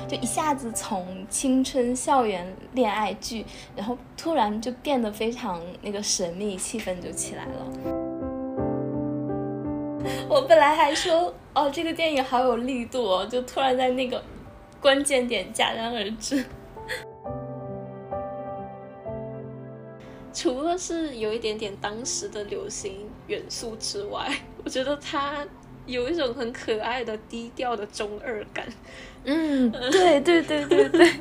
就一下子从青春校园恋爱剧，然后突然就变得非常那个神秘，气氛就起来了。我本来还说这个电影好有力度哦，就突然在那个关键点戛然而止。 除了是有一点点当时的流行元素之外，我觉得它有一种很可爱的低调的中二感。 对对对对对。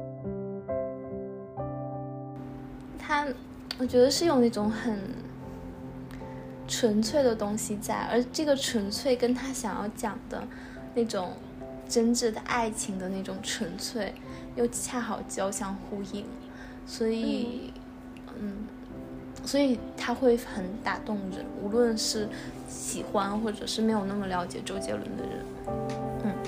我觉得是有那种很纯粹的东西在，而这个纯粹跟他想要讲的那种真挚的爱情的那种纯粹又恰好交相呼应，所以他会很打动人，无论是喜欢或者是没有那么了解周杰伦的人。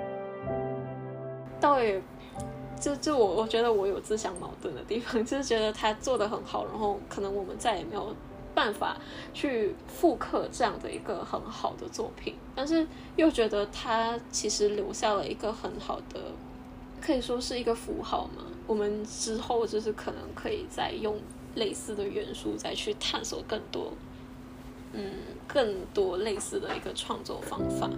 倒也我觉得我有自相矛盾的地方，就是觉得他做得很好，然后可能我们再也没有办法去复刻这样的一个很好的作品，但是又觉得他其实留下了一个很好的，可以说是一个符号嘛。我们之后就是可能可以再用类似的元素再去探索更多类似的一个创作方法。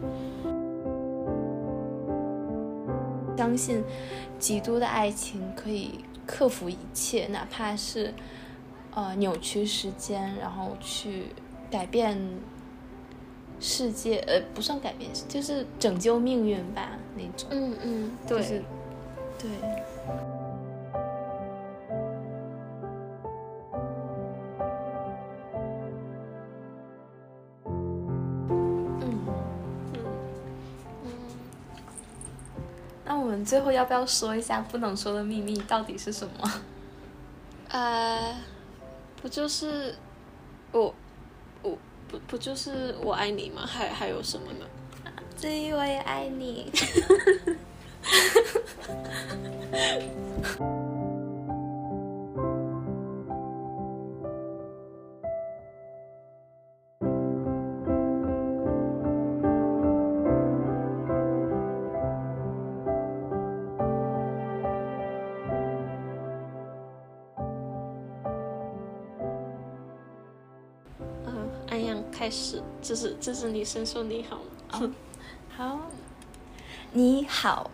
相信极度的爱情可以克服一切，哪怕是扭曲时间，然后去改变世界，不算改变，就是拯救命运吧，那种。 对， 就是对。那我们最后要不要说一下不能说的秘密到底是什么？ 不就是不就是我爱你吗？还有什么呢？ 至于我也爱你。 安阳开始，这是你先说你好吗？ 好，你好。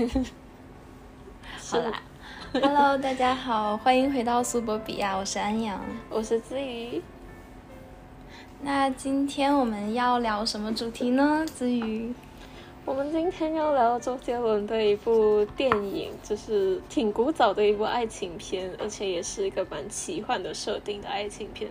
好啦，Hello， 大家好，欢迎回到苏博比亚，我是安阳， 我是子瑜。 那今天我们要聊什么主题呢？子瑜， 我们今天要聊周杰伦的一部电影，就是挺古早的一部爱情片，而且也是一个蛮奇幻的设定的爱情片。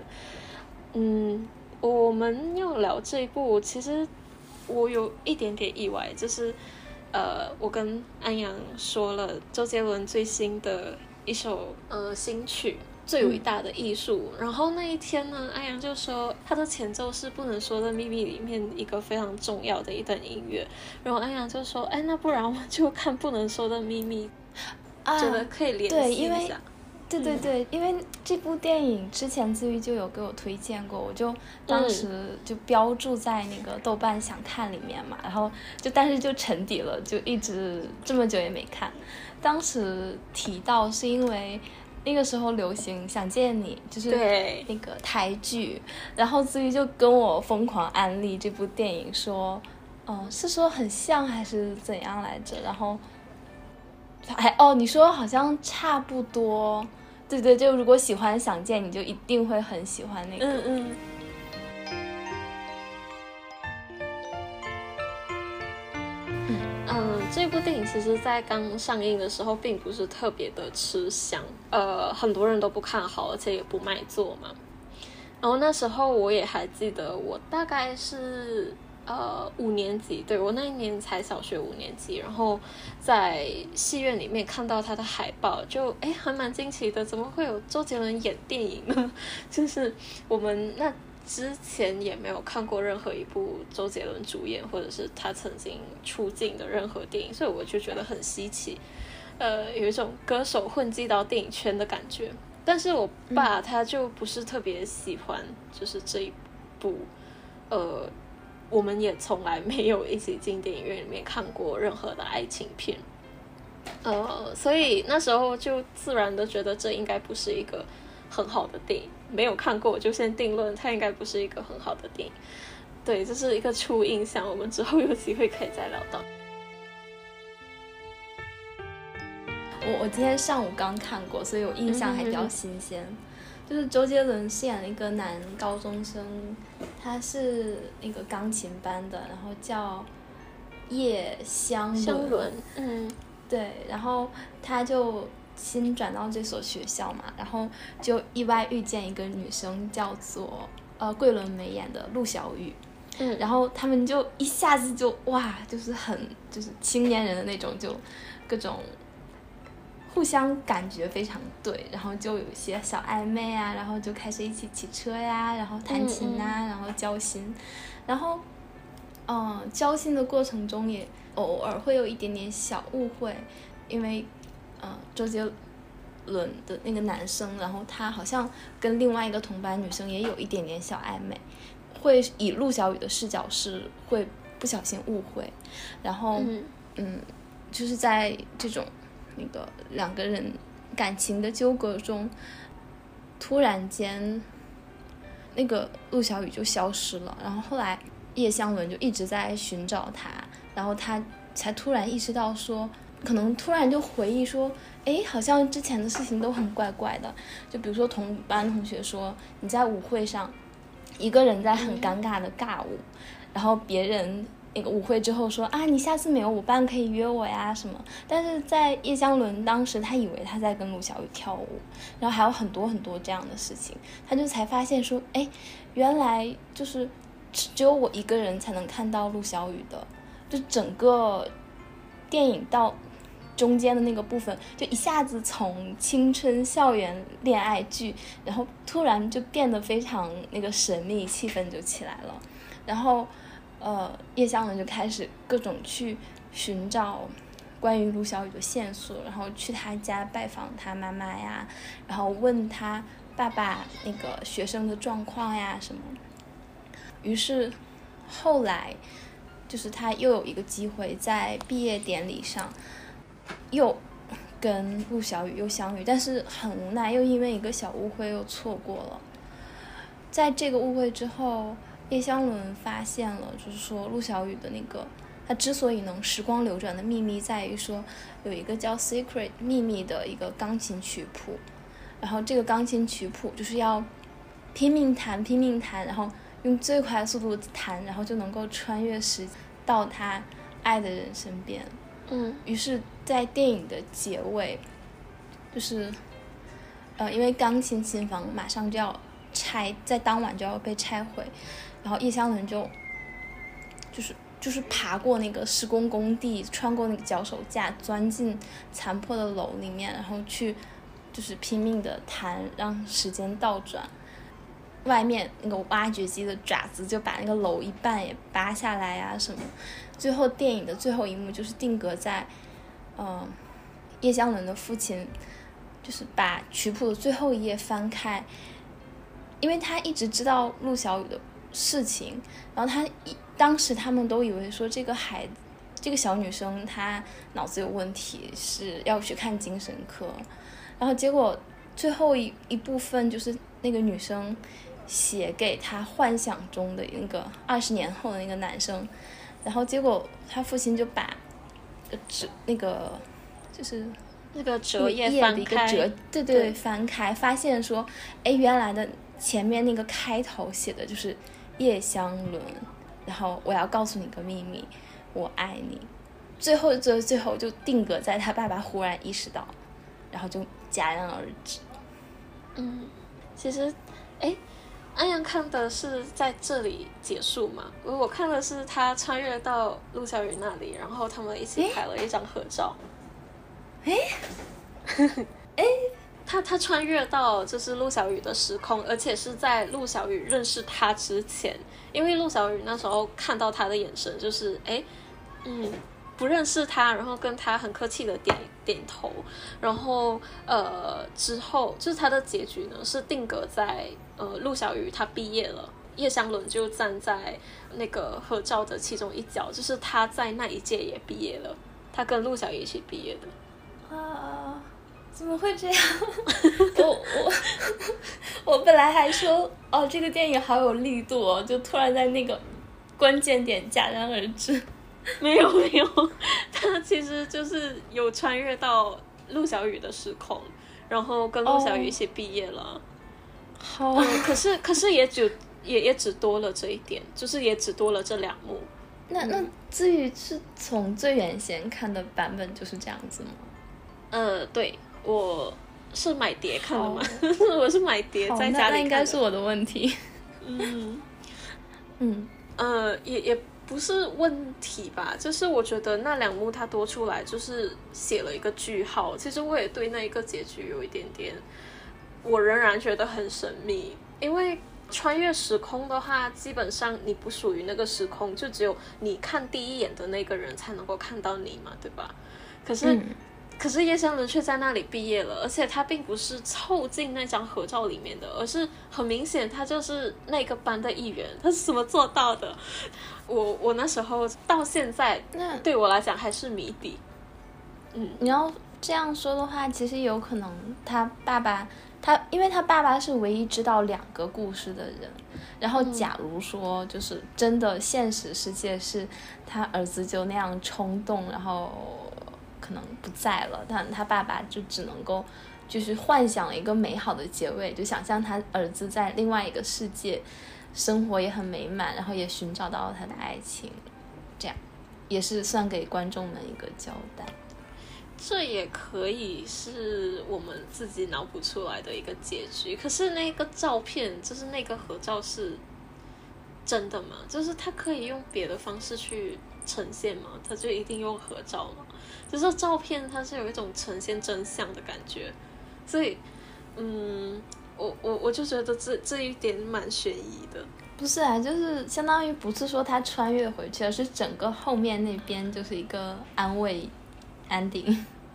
我们要聊这一部，其实我有一点点意外，就是我跟安阳说了周杰伦最新的一首新曲最伟大的艺术，然后那一天呢，安阳就说他的前奏是不能说的秘密里面一个非常重要的一段音乐，然后安阳就说那不然我就看不能说的秘密，觉得可以联系一下。 对，因为这部电影之前子瑜就有给我推荐过，我就当时就标注在那个豆瓣想看里面嘛，然后但是就沉底了，就一直这么久也没看。当时提到是因为那个时候流行想见你，就是那个台剧，然后子瑜就跟我疯狂安利这部电影，说是说很像还是怎样来着，然后你说好像差不多，对，就如果喜欢想见你就一定会很喜欢那个。 这部电影其实在刚上映的时候并不是特别的吃香，很多人都不看好，而且也不卖座嘛。然后那时候我也还记得，我大概是5年级，对，我那一年才小学5年级，然后在戏院里面看到他的海报，就还蛮惊奇的，怎么会有周杰伦演电影呢？就是我们那之前也没有看过任何一部周杰伦主演或者是他曾经出镜的任何电影，所以我就觉得很稀奇，有一种歌手混迹到电影圈的感觉。但是我爸他就不是特别喜欢就是这一部我们也从来没有一起进电影院里面看过任何的爱情片， 所以那时候就自然的觉得这应该不是一个很好的电影，没有看过我就先定论它应该不是一个很好的电影。对，这是一个初印象，我们之后有机会可以再聊到。 我今天上午刚看过，所以我印象还比较新鲜。就是周杰伦饰演了一个男高中生，他是那个钢琴班的，然后叫叶湘伦。对，然后他就新转到这所学校嘛，然后就意外遇见一个女生，叫做桂纶镁演的陆小雨。然后他们就一下子就哇，就是青年人的那种，就各种互相感觉非常对，然后就有一些小暧昧啊，然后就开始一起骑车呀，然后弹琴啊，然后交心，然后交心的过程中也偶尔会有一点点小误会，因为周杰伦的那个男生，然后他好像跟另外一个同班女生也有一点点小暧昧，会以陆小雨的视角是会不小心误会，然后就是在这种那个两个人感情的纠葛中，突然间那个陆小雨就消失了，然后后来叶湘伦就一直在寻找他，然后他才突然意识到说，可能突然就回忆说，哎，好像之前的事情都很怪怪的，就比如说同班同学说你在舞会上一个人在很尴尬的尬舞，然后别人那个舞会之后说啊，你下次没有舞伴可以约我呀什么，但是在叶湘伦当时他以为他在跟陆小雨跳舞，然后还有很多很多这样的事情，他就才发现说，哎，原来就是只有我一个人才能看到陆小雨的，就整个电影到中间的那个部分，就一下子从青春校园恋爱剧，然后突然就变得非常那个神秘，气氛就起来了，然后叶湘伦就开始各种去寻找关于陆小雨的线索，然后去他家拜访他妈妈呀，然后问他爸爸那个学生的状况呀什么。于是后来就是他又有一个机会在毕业典礼上又跟陆小雨又相遇，但是很无奈又因为一个小误会又错过了。在这个误会之后，叶湘伦发现了，就是说陆小雨的那个他之所以能时光流转的秘密在于说有一个叫 Secret 秘密的一个钢琴曲谱，然后这个钢琴曲谱就是要拼命弹，然后用最快的速度弹，然后就能够穿越时间到他爱的人身边。于是在电影的结尾，就是因为钢琴琴房马上就要拆，在当晚就要被拆毁，然后叶湘伦就是爬过那个施工工地，穿过那个脚手架，钻进残破的楼里面，然后去就是拼命的弹，让时间倒转。外面那个挖掘机的爪子就把那个楼一半也扒下来啊什么。最后电影的最后一幕就是定格在叶湘伦的父亲就是把曲谱的最后一页翻开，因为他一直知道陆小雨的事情，然后当时他们都以为说这个小女生她脑子有问题，是要去看精神科，然后结果最后一部分就是那个女生写给他幻想中的那个20年后的那个男生，然后结果他父亲就把那个就是那个折页翻开， 对翻开，发现说，哎，原来的前面那个开头写的就是叶湘伦，然后我要告诉你个秘密，我爱你。最后就定格在他爸爸忽然意识到，然后就戛然而止。 其实，安阳看的是在这里结束嘛？我看的是他穿越到陆小雨那里，然后他们一起拍了一张合照。他穿越到就是陆小雨的时空，而且是在陆小雨认识他之前，因为陆小雨那时候看到他的眼神就是不认识他，然后跟他很客气的点头，然后之后就是他的结局呢是定格在陆小雨他毕业了，叶湘伦就站在那个合照的其中一角，就是他在那一届也毕业了，他跟陆小雨一起毕业的。 啊，怎么会这样？我本来还说哦，这个电影好有力度哦，就突然在那个关键点戛然而止。 没有没有，他其实就是有穿越到陆小雨的时空，然后跟陆小雨一起毕业了。 好、 可是也只多了这一点，就是也只多了这2幕。 那至于是从最原先看的版本就是这样子吗？ 对，我是买碟看的嘛，我是买碟在家里看的。 那应该是我的问题。 也不是问题吧，就是我觉得那2幕它多出来，就是写了一个句号。其实我也对那一个结局有一点点，我仍然觉得很神秘，因为穿越时空的话，基本上你不属于那个时空，就只有你看第一眼的那个人才能够看到你嘛，对吧？可是叶湘伦却在那里毕业了，而且他并不是凑近那张合照里面的，而是很明显他就是那个班的一员。他是怎么做到的？我那时候到现在，对我来讲还是谜底。 你要这样说的话，其实有可能他爸爸，因为他爸爸是唯一知道2个故事的人，然后假如说就是真的现实世界是他儿子就那样冲动，然后可能不在了，但他爸爸就只能够就是幻想了一个美好的结尾，就想象他儿子在另外一个世界生活也很美满，然后也寻找到了他的爱情，这样也是算给观众们一个交代。 这也可以是我们自己脑补出来的一个结局，可是那个照片，就是那个合照是真的吗？就是他可以用别的方式去呈现吗？他就一定用合照吗？就是照片它是有一种呈现真相的感觉，所以我就觉得这一点蛮悬疑的。 不是啊，就是相当于不是说他穿越回去，而是整个后面那边就是一个安慰 ending。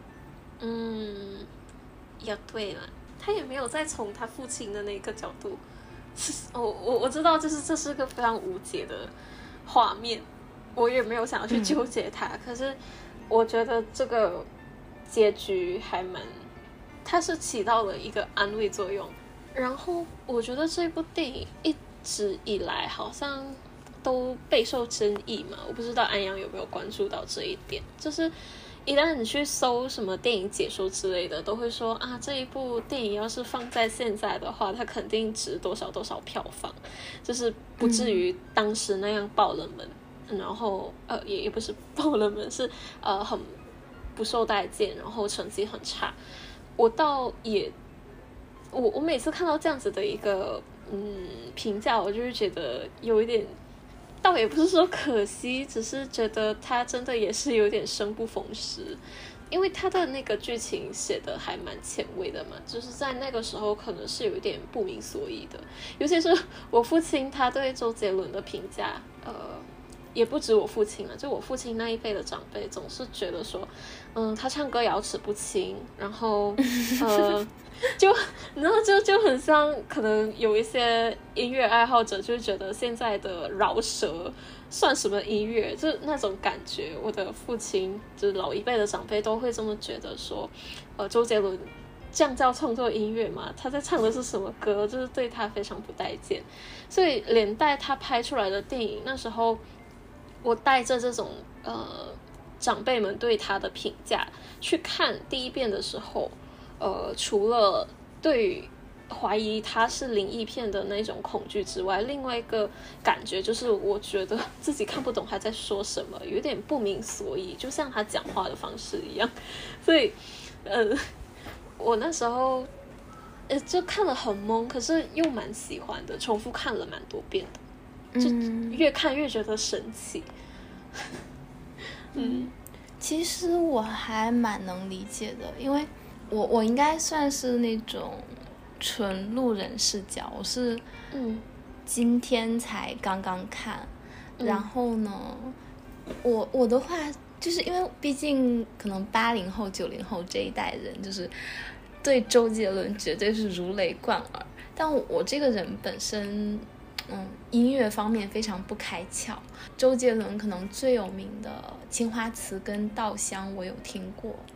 也对了，他也没有再从他父亲的那个角度。我知道，就是这是个非常无解的画面，我也没有想要去纠结它。可是我觉得这个结局它是起到了一个安慰作用。然后我觉得这部电影一直以来好像都备受争议嘛，我不知道安阳有没有关注到这一点，就是一旦你去搜什么电影解说之类的，都会说啊，这一部电影要是放在现在的话，它肯定值多少多少票房，就是不至于当时那样爆冷门。然后也不是爆冷门，是很不受待见，然后成绩很差。我每次看到这样子的一个评价，我就是觉得有一点，倒也不是说可惜，只是觉得他真的也是有点生不逢时。因为他的那个剧情写的还蛮前卫的嘛，就是在那个时候可能是有一点不明所以的。尤其是我父亲他对周杰伦的评价，也不止我父亲了，就我父亲那一辈的长辈总是觉得说，他唱歌咬齿不清，然后就然后就很像可能有一些音乐爱好者就觉得现在的饶舌算什么音乐，就那种感觉。我的父亲就是老一辈的长辈都会这么觉得说，周杰伦这样叫创作音乐嘛？他在唱的是什么歌？就是对他非常不待见，所以连带他拍出来的电影，那时候我带着这种长辈们对他的评价去看第一遍的时候，除了对怀疑他是灵异片的那种恐惧之外，另外一个感觉就是我觉得自己看不懂他在说什么，有点不明所以，就像他讲话的方式一样。所以我那时候就看了很懵，可是又蛮喜欢的，重复看了蛮多遍的，就越看越觉得神奇。 其实我还蛮能理解的，因为我应该算是那种纯路人视角，我是今天才刚刚看，然后呢，我的话就是因为毕竟可能80后90后这一代人就是对周杰伦绝对是如雷贯耳，但我这个人本身音乐方面非常不开窍。周杰伦可能最有名的《青花瓷》跟《稻香》我有听过，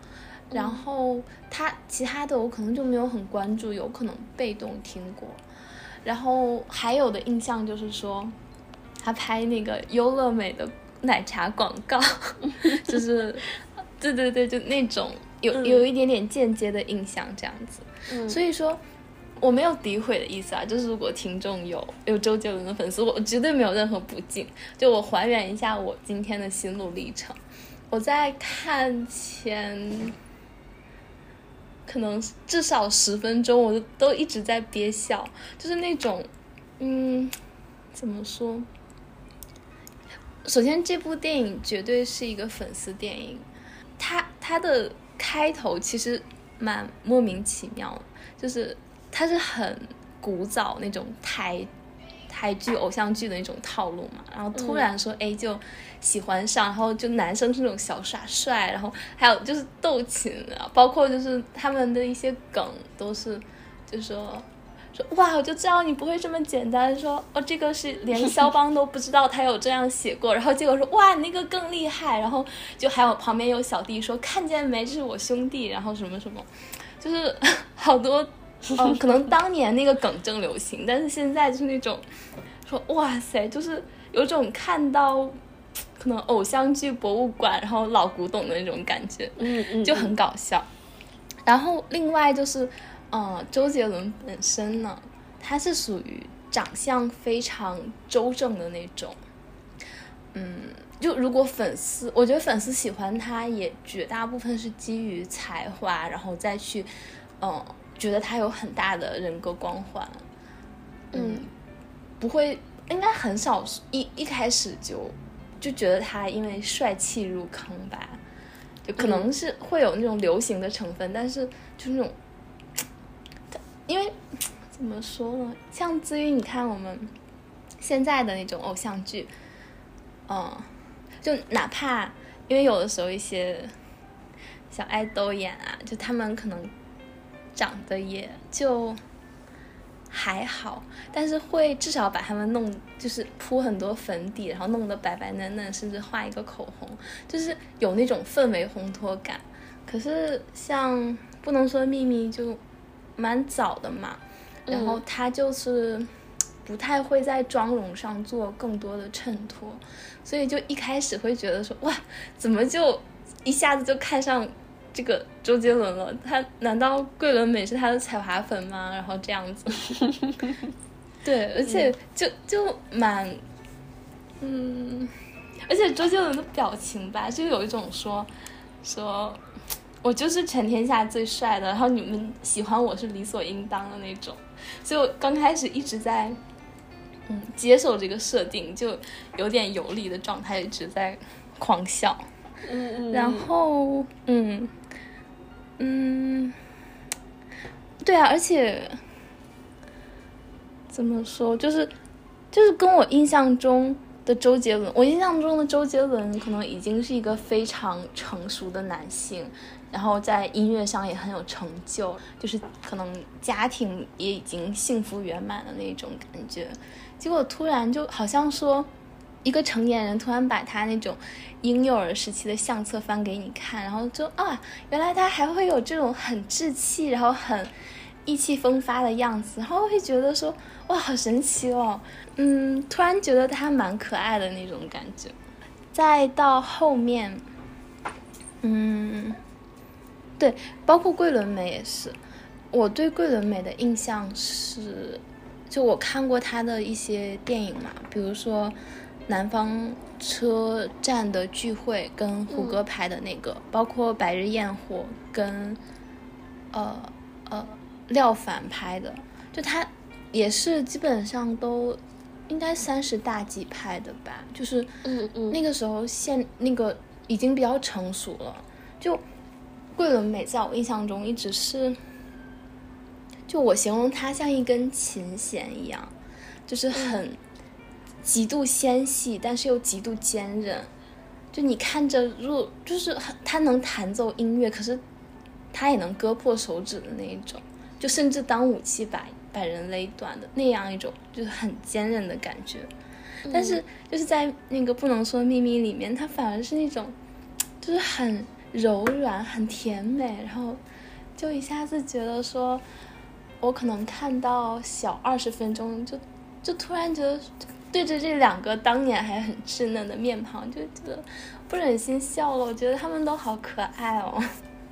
然后他其他的我可能就没有很关注，有可能被动听过。然后还有的印象就是说他拍那个优乐美的奶茶广告就是对对对，就那种有一点点间接的印象这样子。所以说我没有诋毁的意思啊，就是如果听众有周杰伦的粉丝，我绝对没有任何不敬，就我还原一下我今天的心路历程。我在看前可能至少10分钟我都一直在憋笑，就是那种怎么说，首先这部电影绝对是一个粉丝电影，它的开头其实蛮莫名其妙的，就是它是很古早那种台剧偶像剧的那种套路嘛，然后突然说A 就喜欢上，然后就男生是那种小耍帅，然后还有就是斗琴啊，包括就是他们的一些梗都是就说哇我就知道你不会这么简单，说这个是连肖邦都不知道他有这样写过，然后结果说哇你那个更厉害，然后就还有旁边有小弟说看见没这是我兄弟，然后什么什么，就是好多可能当年那个梗正流行，但是现在就是那种说哇塞，就是有种看到可能偶像剧博物馆然后老古董的那种感觉，就很搞笑。然后另外就是周杰伦本身呢，他是属于长相非常周正的那种，就如果我觉得粉丝喜欢他也绝大部分是基于才华，然后再去觉得他有很大的人格光环，不会，应该很少一开始就觉得他因为帅气入坑吧，就可能是会有那种流行的成分，但是就那种，因为怎么说呢，像至于你看我们现在的那种偶像剧，就哪怕因为有的时候一些小爱豆演啊，就他们可能长得也就还好，但是会至少把他们弄就是铺很多粉底，然后弄得白白嫩嫩，甚至画一个口红，就是有那种氛围烘托感。可是像不能说秘密就蛮早的嘛，然后他就是不太会在妆容上做更多的衬托，所以就一开始会觉得说哇怎么就一下子就看上这个周杰伦了，他难道桂纶镁是他的才华粉吗？然后这样子对，而且就蛮而且周杰伦的表情吧，就有一种说我就是全天下最帅的，然后你们喜欢我是理所应当的那种，所以我刚开始一直在接受这个设定，就有点游离的状态，一直在狂笑。然后对啊，而且怎么说，就是跟我印象中的周杰伦，我印象中的周杰伦可能已经是一个非常成熟的男性，然后在音乐上也很有成就，就是可能家庭也已经幸福圆满的那种感觉。结果突然就好像说一个成年人突然把他那种婴幼儿时期的相册翻给你看，然后就原来他还会有这种很稚气然后很意气风发的样子，然后会觉得说哇好神奇哦，突然觉得他蛮可爱的那种感觉。再到后面对，包括桂纶镁也是，我对桂纶镁的印象是就我看过他的一些电影嘛，比如说南方车站的聚会跟胡歌拍的那个，包括白日焰火跟廖凡拍的，就他也是基本上都应该30大几拍的吧，就是那个时候那个已经比较成熟了。就桂纶镁在我印象中一直是，就我形容她像一根琴弦一样，就是很极度纤细但是又极度坚韧，就你看着就是她能弹奏音乐，可是她也能割破手指的那一种，就甚至当武器把人勒断的那样一种就是很坚韧的感觉。但是就是在那个不能说秘密里面，她反而是那种就是很柔软，很甜美，然后就一下子觉得说，我可能看到小20分钟，就突然觉得对着这2个当年还很稚嫩的面庞，就觉得不忍心笑了。我觉得他们都好可爱哦。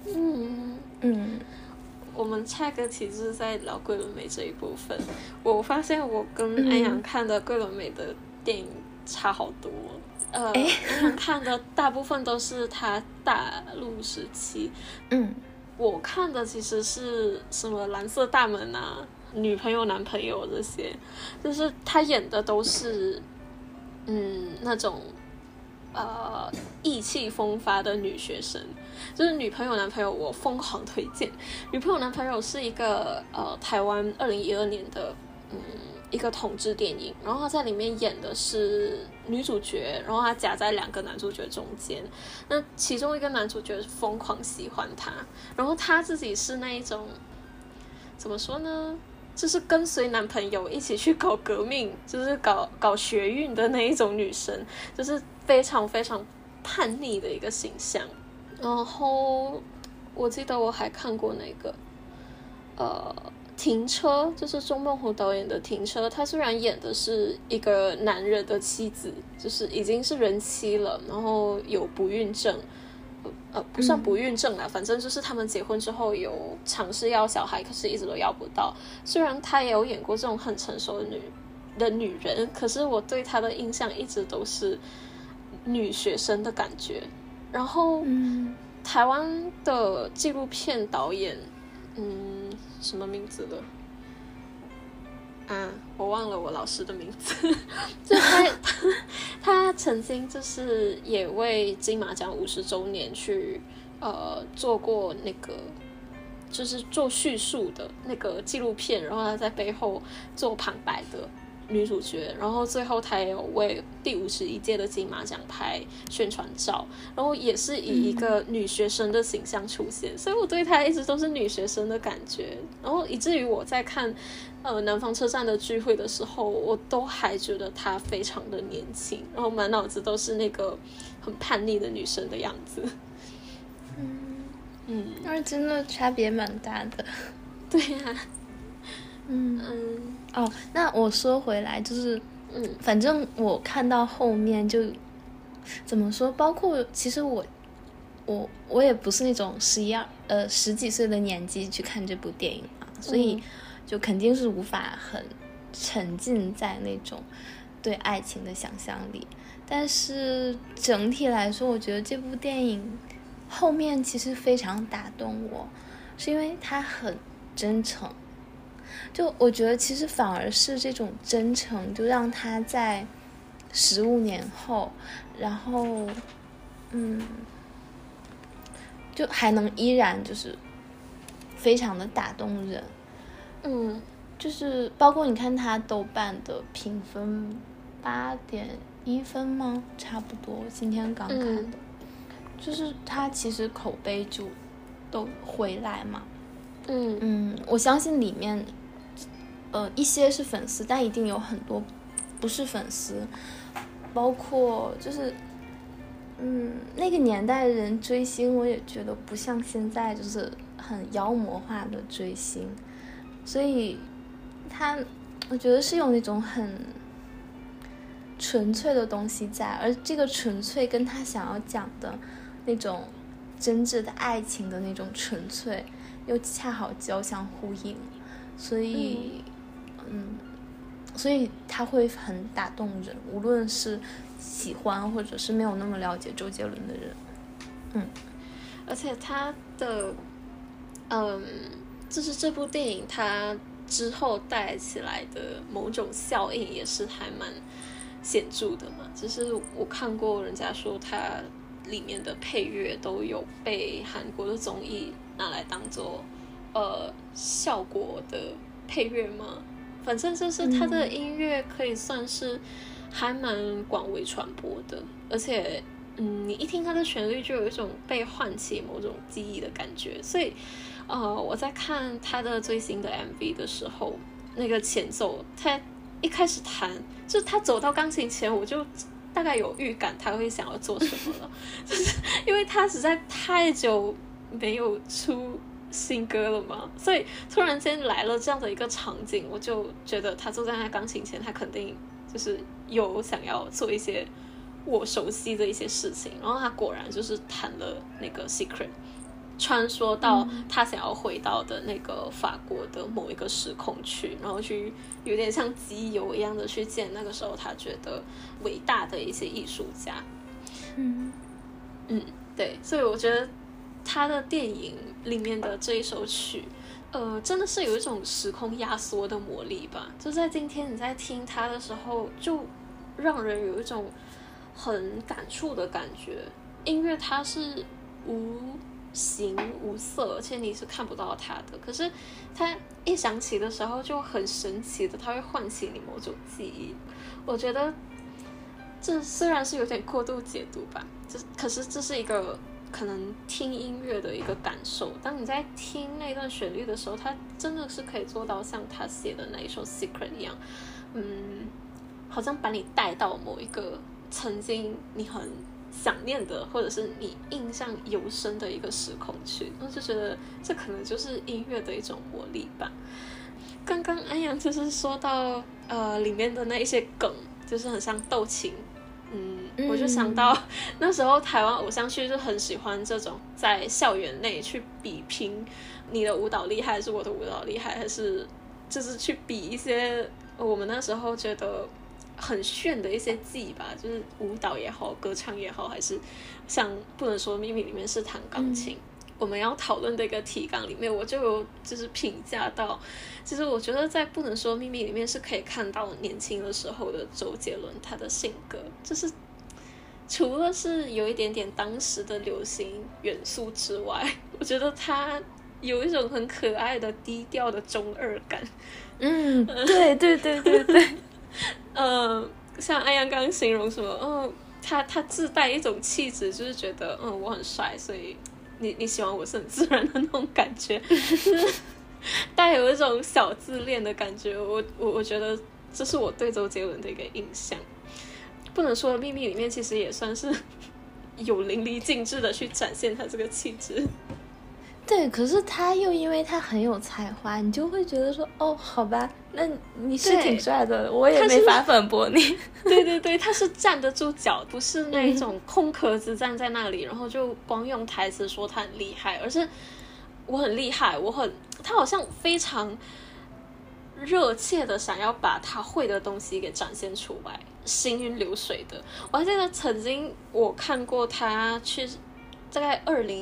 我们下个期就是在聊桂纶镁这一部分。我发现我跟安阳看的桂纶镁的电影差好多。安阳看的大部分都是他大陆时期。我看的其实是什么蓝色大门啊、女朋友男朋友这些，就是他演的都是那种意气风发的女学生。就是女朋友男朋友我疯狂推荐。女朋友男朋友是一个台湾2012年的一个同志电影，然后他在里面演的是女主角，然后他夹在2个男主角中间。那其中一个男主角疯狂喜欢他，然后他自己是那一种怎么说呢，就是跟随男朋友一起去搞革命，就是搞学运的那一种女生，就是非常非常叛逆的一个形象。然后我记得我还看过那个停车，就是钟孟宏导演的停车。他虽然演的是一个男人的妻子，就是已经是人妻了，然后有不孕症，不算不孕症啦，反正就是他们结婚之后有尝试要小孩，可是一直都要不到。虽然他也有演过这种很成熟的女人，可是我对他的印象一直都是女学生的感觉。然后台湾的纪录片导演什么名字了我忘了我老师的名字。就他曾经就是也为金马奖50周年去做过那个就是做叙述的那个纪录片，然后他在背后做旁白的女主角，然后最后她也有为第51届的金马奖拍宣传照，然后也是以一个女学生的形象出现，所以我对她一直都是女学生的感觉，然后以至于我在看南方车站的聚会的时候，我都还觉得她非常的年轻，然后满脑子都是那个很叛逆的女生的样子。 那真的差别蛮大的。 对呀。 那我说回来就是，反正我看到后面就怎么说，包括其实我也不是那种十几岁的年纪去看这部电影嘛，所以就肯定是无法很沉浸在那种对爱情的想象里。但是整体来说，我觉得这部电影后面其实非常打动我，是因为它很真诚。就我觉得其实反而是这种真诚，就让他在15年后，然后就还能依然就是非常的打动人。就是包括你看他豆瓣的评分8.1分吗？差不多，今天刚看的。就是他其实口碑就都回来嘛。我相信里面一些是粉丝，但一定有很多不是粉丝，包括就是那个年代的人追星，我也觉得不像现在就是很妖魔化的追星，所以我觉得是有那种很纯粹的东西在，而这个纯粹跟他想要讲的那种真挚的爱情的那种纯粹又恰好交相呼应，所以他会很打动人，无论是喜欢或者是没有那么了解周杰伦的人。 而且他的就是这部电影它之后带起来的某种效应也是还蛮显著的嘛，就是我看过人家说它里面的配乐都有被韩国的综艺拿来当做效果的配乐吗？反正就是它的音乐可以算是还蛮广为传播的，而且你一听它的旋律就有一种被唤起某种记忆的感觉。所以我在看他的最新的 MV 的时候，那个前奏他一开始弹，就他走到钢琴前，我就大概有预感他会想要做什么了，就是因为他实在太久没有出新歌了嘛，所以突然间来了这样的一个场景，我就觉得他坐在那钢琴前，他肯定就是有想要做一些我熟悉的一些事情，然后他果然就是弹了那个 Secret， 穿梭到他想要回到的那个法国的某一个时空去，然后去有点像集邮一样的去见那个时候他觉得伟大的一些艺术家。对，所以我觉得他的电影里面的这一首曲真的是有一种时空压缩的魔力吧，就在今天你在听它的时候，就让人有一种很感触的感觉。音乐它是无形无色，而且你是看不到它的，可是它一响起的时候就很神奇的，它会唤起你某种记忆。我觉得这虽然是有点过度解读吧，可是这是一个可能听音乐的一个感受。当你在听那段旋律的时候，它真的是可以做到像他写的那一首 Secret 一样，好像把你带到某一个曾经你很想念的，或者是你印象尤深的一个时空去。我就觉得这可能就是音乐的一种魔力吧。刚刚安阳就是说到里面的那一些梗，就是很像斗琴。我就想到那时候台湾偶像剧就很喜欢这种在校园内去比拼你的舞蹈厉害还是我的舞蹈厉害，还是就是去比一些我们那时候觉得很炫的一些技吧，就是舞蹈也好，歌唱也好，还是像不能说秘密里面是弹钢琴。我们要讨论的一个提纲里面，我就有就是评价到，其实我觉得在不能说秘密里面是可以看到年轻的时候的周杰伦他的性格，就是除了是有一点点当时的流行元素之外，我觉得他有一种很可爱的低调的中二感。 对对对对对。 像安阳刚刚形容什么，他自带一种气质，就是觉得我很帅，所以你喜欢我是很自然的那种感觉，带有一种小自恋的感觉。我觉得这是我对周杰伦的一个印象。不能说秘密里面其实也算是有淋漓尽致的去展现他这个气质。 对，可是他又因为他很有才华，你就会觉得说，好吧，那你是挺帅的，我也没法反驳你。 对对对，他是站得住脚，不是那种空壳子站在那里，然后就光用台词说他很厉害，而是我很厉害，他好像非常热切的想要把他会的东西给展现出来，行云流水的。我还记得曾经我看过他去大概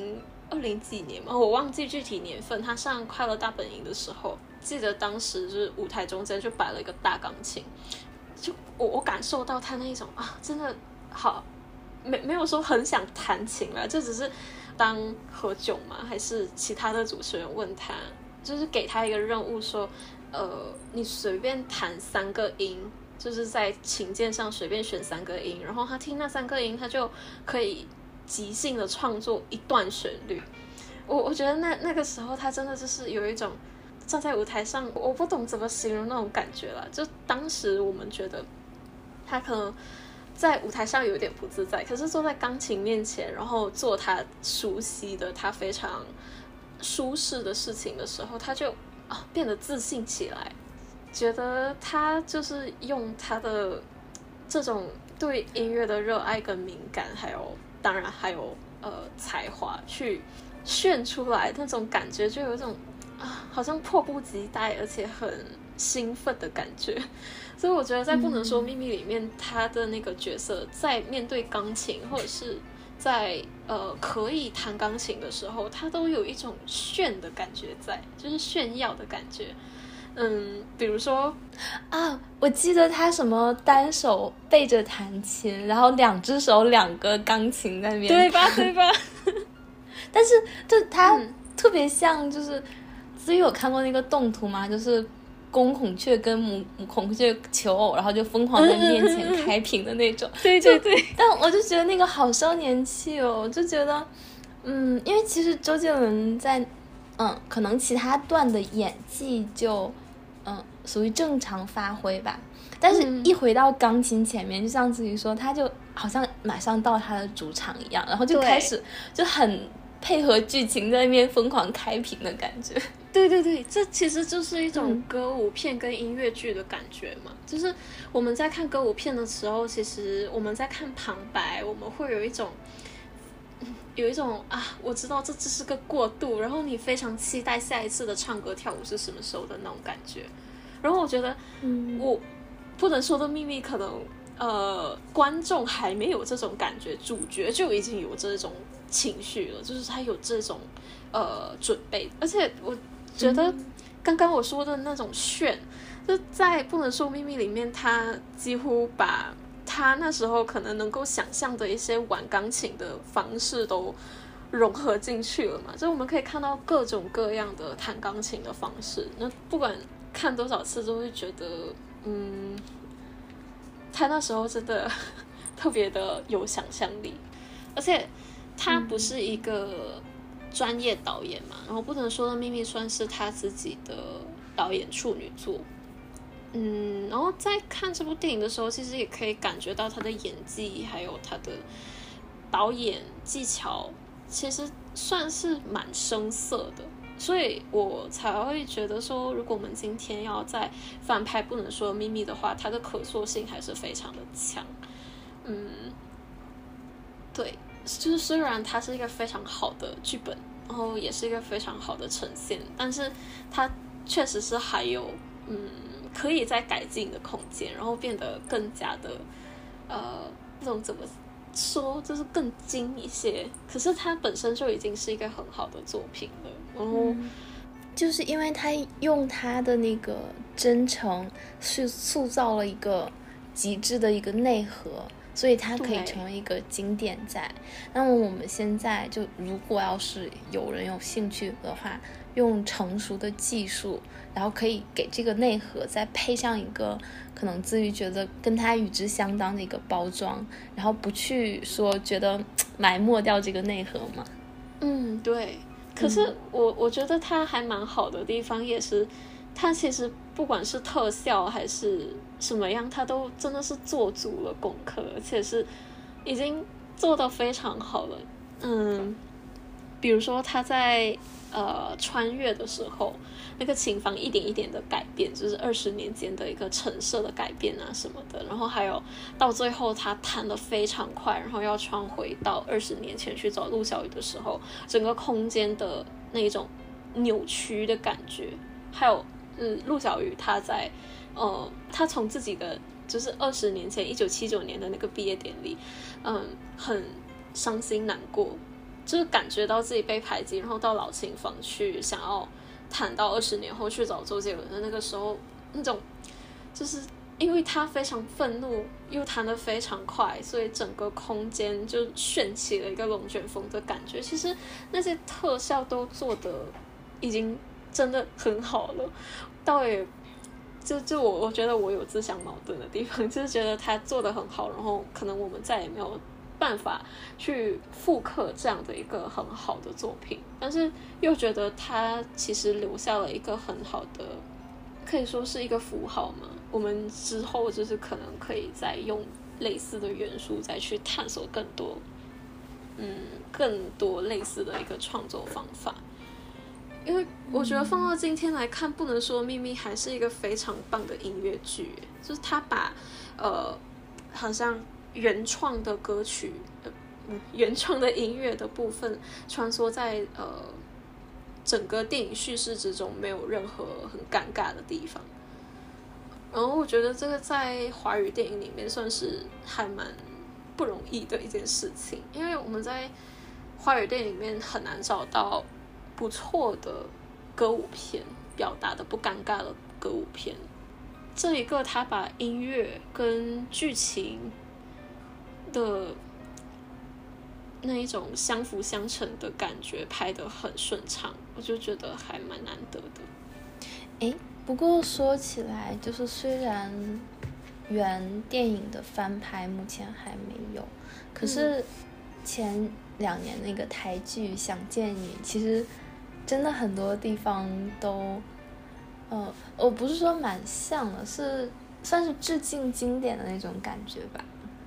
20几年嘛，我忘记具体年份，他上《快乐大本营》的时候，记得当时就是舞台中间就摆了一个大钢琴，就我感受到他那一种真的好，没有说很想弹琴啦，就只是当何炅嘛，还是其他的主持人问他，就是给他一个任务说，你随便弹3个音，就是在琴键上随便选3个音，然后他听那3个音，他就可以即兴的创作一段旋律。我觉得那个时候他真的就是有一种站在舞台上，我不懂怎么形容那种感觉啦。就当时我们觉得他可能在舞台上有点不自在，可是坐在钢琴面前，然后做他熟悉的他非常舒适的事情的时候，他就变得自信起来，觉得他就是用他的这种对音乐的热爱跟敏感，当然还有才华去炫出来，那种感觉就有一种好像迫不及待而且很兴奋的感觉。所以我觉得在不能说秘密里面，他的那个角色在面对钢琴或者是在可以弹钢琴的时候，他都有一种炫的感觉在，就是炫耀的感觉。比如说我记得他什么单手背着弹琴，然后2只手2个钢琴在那边， 对吧对吧？ 但是就他特别像，就是子瑜有看过那个动图吗？就是公孔雀跟母孔雀求偶，然后就疯狂在面前开屏的那种。 对对对。 但我就觉得那个好少年气哦，就觉得因为其实周杰伦在可能其他段的演技就属于正常发挥吧， 但是一回到钢琴前面，就像子瑜说，他就好像马上到他的主场一样，然后就开始就很配合剧情在那边疯狂开屏的感觉。 对对对，这其实就是一种歌舞片跟音乐剧的感觉嘛。就是我们在看歌舞片的时候，其实我们在看旁白，我们会有一种啊，我知道这只是个过渡，然后你非常期待下一次的唱歌跳舞是什么时候的那种感觉。然后我觉得，我不能说的秘密可能观众还没有这种感觉，主角就已经有这种情绪了，就是他有这种准备。而且我觉得刚刚我说的那种炫，就在不能说秘密里面，他几乎把他那时候可能能够想象的一些玩钢琴的方式都融合进去了嘛，就我们可以看到各种各样的弹钢琴的方式。那不管看多少次都会觉得他那时候真的特别的有想象力。而且他不是一个专业导演嘛，然后不能说的秘密算是他自己的导演处女作。然后在看这部电影的时候，其实也可以感觉到他的演技还有他的导演技巧其实算是蛮生涩的，所以我才会觉得说，如果我们今天要再翻拍不能说的秘密的话，它的可塑性还是非常的强。对，就是虽然它是一个非常好的剧本，然后也是一个非常好的呈现，但是它确实是还有可以再改进的空间，然后变得更加的那种怎么说，就是更精一些。可是它本身就已经是一个很好的作品了，然后就是因为他用他的那个真诚是塑造了一个极致的一个内核，所以它可以成为一个经典在。那么我们现在就如果要是有人有兴趣的话，用成熟的技术，然后可以给这个内核再配上一个可能自于觉得跟它与之相当的一个包装，然后不去说觉得埋没掉这个内核嘛。 对。可是我觉得它还蛮好的地方也是，它其实不管是特效还是什么样，它都真的是做足了功课，而且是已经做得非常好了。比如说他在穿越的时候，那个琴房一点一点的改变，就是20年间的一个陈设的改变啊什么的，然后还有到最后他弹得非常快，然后要穿回到20年前去找陆小雨的时候，整个空间的那种扭曲的感觉，还有陆小雨他在他从自己的就是20年前1979年的那个毕业典礼，很伤心难过，就是感觉到自己被排挤，然后到老琴房去想要弹到20年后去找周杰伦的那个时候，那种就是因为他非常愤怒又弹得非常快，所以整个空间就旋起了一个龙卷风的感觉。其实那些特效都做得已经真的很好了，倒也就我觉得我有自相矛盾的地方，就是觉得他做得很好，然后可能我们再也没有办法去复刻这样的一个很好的作品，但是又觉得它其实留下了一个很好的，可以说是一个符号嘛。我们之后就是可能可以再用类似的元素再去探索更多类似的一个创作方法。因为我觉得放到今天来看，不能说秘密还是一个非常棒的音乐剧，就是他把好像原创的歌曲原创的音乐的部分穿梭在整个电影叙事之中，没有任何很尴尬的地方。然后我觉得这个在华语电影里面算是还蛮不容易的一件事情，因为我们在华语电影里面很难找到不错的歌舞片，表达的不尴尬的歌舞片。这一个他把音乐跟剧情的那一种相辅相成的感觉拍得很顺畅，我就觉得还蛮难得的。 不过说起来，就是虽然原电影的翻拍目前还没有，可是前2年那个台剧《想见你》，其实真的很多地方都我不是说蛮像的，是算是致敬经典的那种感觉吧。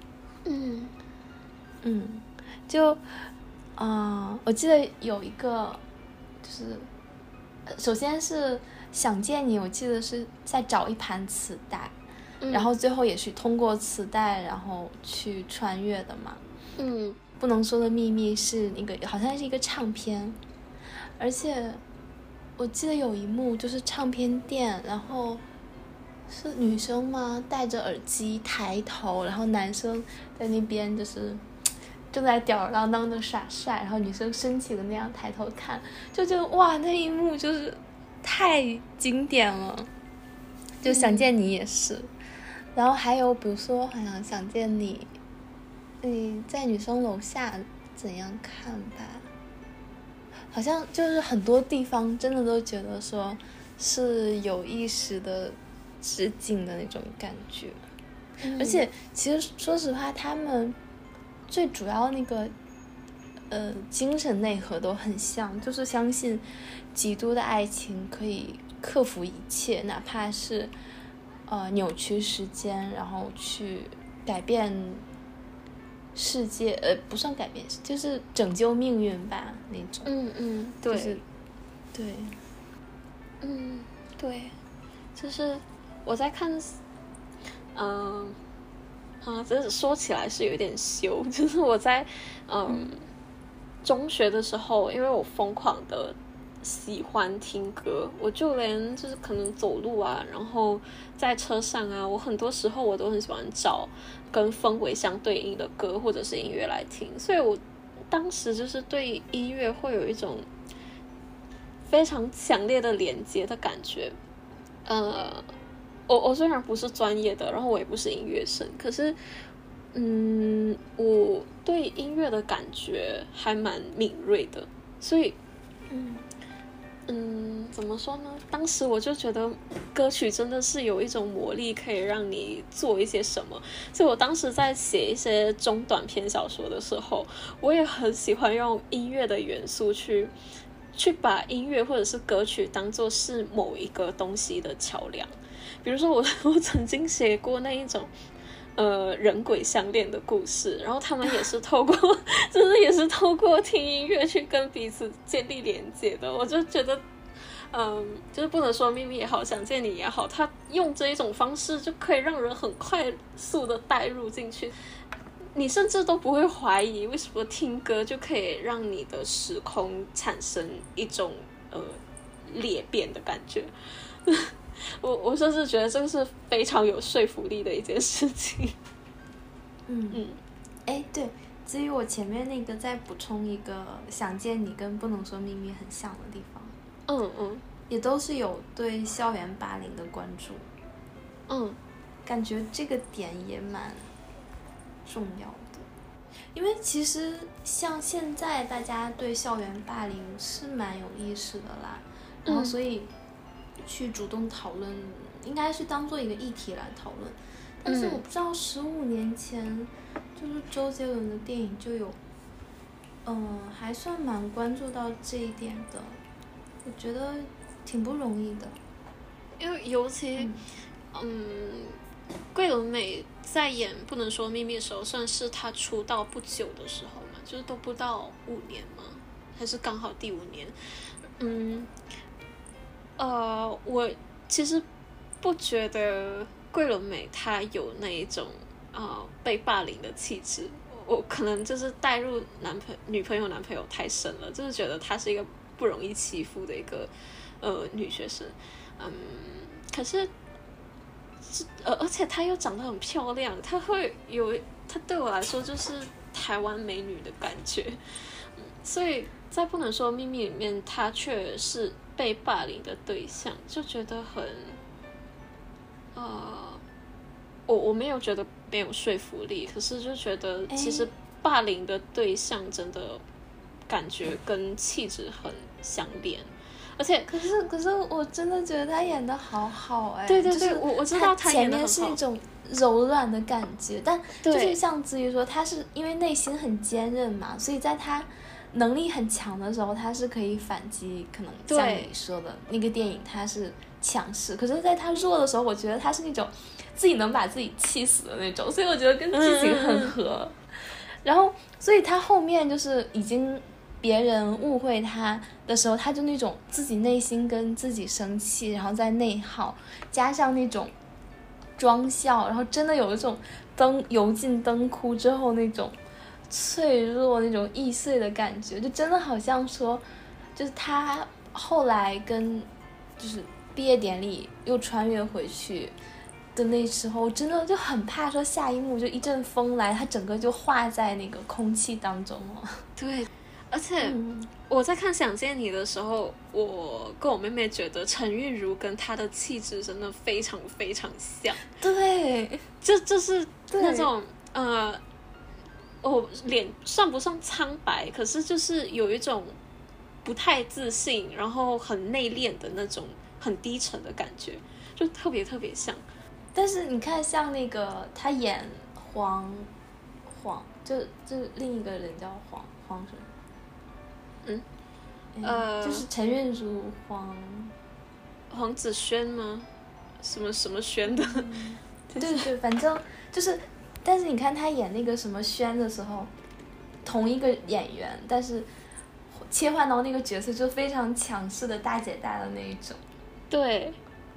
就我记得有一个就是首先是想见你，我记得是在找一盘磁带，然后最后也是通过磁带然后去穿越的嘛。不能说的秘密是那个好像是一个唱片，而且我记得有一幕就是唱片店，然后是女生吗戴着耳机抬头，然后男生在那边就是正在吊儿郎当的耍帅，然后女生升起的那样抬头看，就哇那一幕就是太经典了。就想见你也是，然后还有比如说好像想见你在女生楼下怎样看吧，好像就是很多地方真的都觉得说是有意识的致敬的那种感觉。而且其实说实话他们最主要那个精神内核都很像，就是相信极度的爱情可以克服一切，哪怕是扭曲时间，然后去改变世界，不算改变，就是拯救命运吧那种。 对， 就是对， 对，就是我在看，这说起来是有点羞，就是我在中学的时候，因为我疯狂的喜欢听歌，我就连就是可能走路啊，然后在车上啊，我很多时候我都很喜欢找跟氛围相对应的歌或者是音乐来听，所以我当时就是对音乐会有一种非常强烈的连接的感觉。我虽然不是专业的，然后我也不是音乐生，可是我对音乐的感觉还蛮敏锐的，所以怎么说呢？当时我就觉得歌曲真的是有一种魔力，可以让你做一些什么。所以我当时在写一些中短篇小说的时候，我也很喜欢用音乐的元素去把音乐或者是歌曲当作是某一个东西的桥梁。比如说我曾经写过那一种人鬼相恋的故事，然后他们也是透过就是也是透过听音乐去跟彼此建立连接的。我就觉得就是不能说秘密也好，想见你也好，他用这一种方式就可以让人很快速的带入进去，你甚至都不会怀疑为什么听歌就可以让你的时空产生一种裂变的感觉。我甚至觉得这个是非常有说服力的一件事情。 对，至于我前面那个再补充一个想见你跟不能说秘密很像的地方，也都是有对校园霸凌的关注。感觉这个点也蛮重要的，因为其实像现在大家对校园霸凌是蛮有意识的啦，然后所以去主动讨论，应该是当做一个议题来讨论。但是我不知道15年前就是周杰伦的电影就有还算蛮关注到这一点的，我觉得挺不容易的。 因为尤其桂纶镁在演不能说秘密的时候，算是她出道不久的时候嘛，就是都不到5年嘛，还是刚好第5年。我其实不觉得桂纶镁她有那一种被霸凌的气质，我可能就是带入女朋友男朋友太深了，就是觉得她是一个不容易欺负的一个女学生。可是而且她又长得很漂亮，她对我来说就是台湾美女的感觉。所以在不能说秘密里面，她却是被霸凌的对象，就觉得很我没有觉得没有说服力，可是就觉得其实霸凌的对象真的感觉跟气质很相连。而且可是我真的觉得他演得好好对， 就是、 我知道他演得很好， 前面是一种柔软的感觉，但就是像至于说他是因为内心很坚韧嘛，所以在他能力很强的时候他是可以反击，可能像你说的那个电影他是强势，可是在他弱的时候我觉得他是那种自己能把自己气死的那种，所以我觉得跟剧情很合。然后，所以他后面就是已经别人误会他的时候，他就那种自己内心跟自己生气，然后再内耗，加上那种装笑，然后真的有一种油尽灯枯之后那种脆弱、那种易碎的感觉，就真的好像说，就是他后来跟就是毕业典礼又穿越回去的那时候，真的就很怕说下一幕就一阵风来，他整个就化在那个空气当中了。 对，而且我在看《想见你》的时候，我跟我妹妹觉得陈韵如跟她的气质真的非常非常像。 对， 就是那种脸算不上苍白，可是就是有一种不太自信，然后很内敛的那种很低沉的感觉，就特别特别像。 但是你看，像那个他演黄，就另一个人叫黄什么？就是陈韵如黄子轩吗？什么轩的？ 对，反正就是，但是你看他演那个什么轩的时候，同一个演员，但是切换到那个角色就非常强势的大姐大的那一种。 对，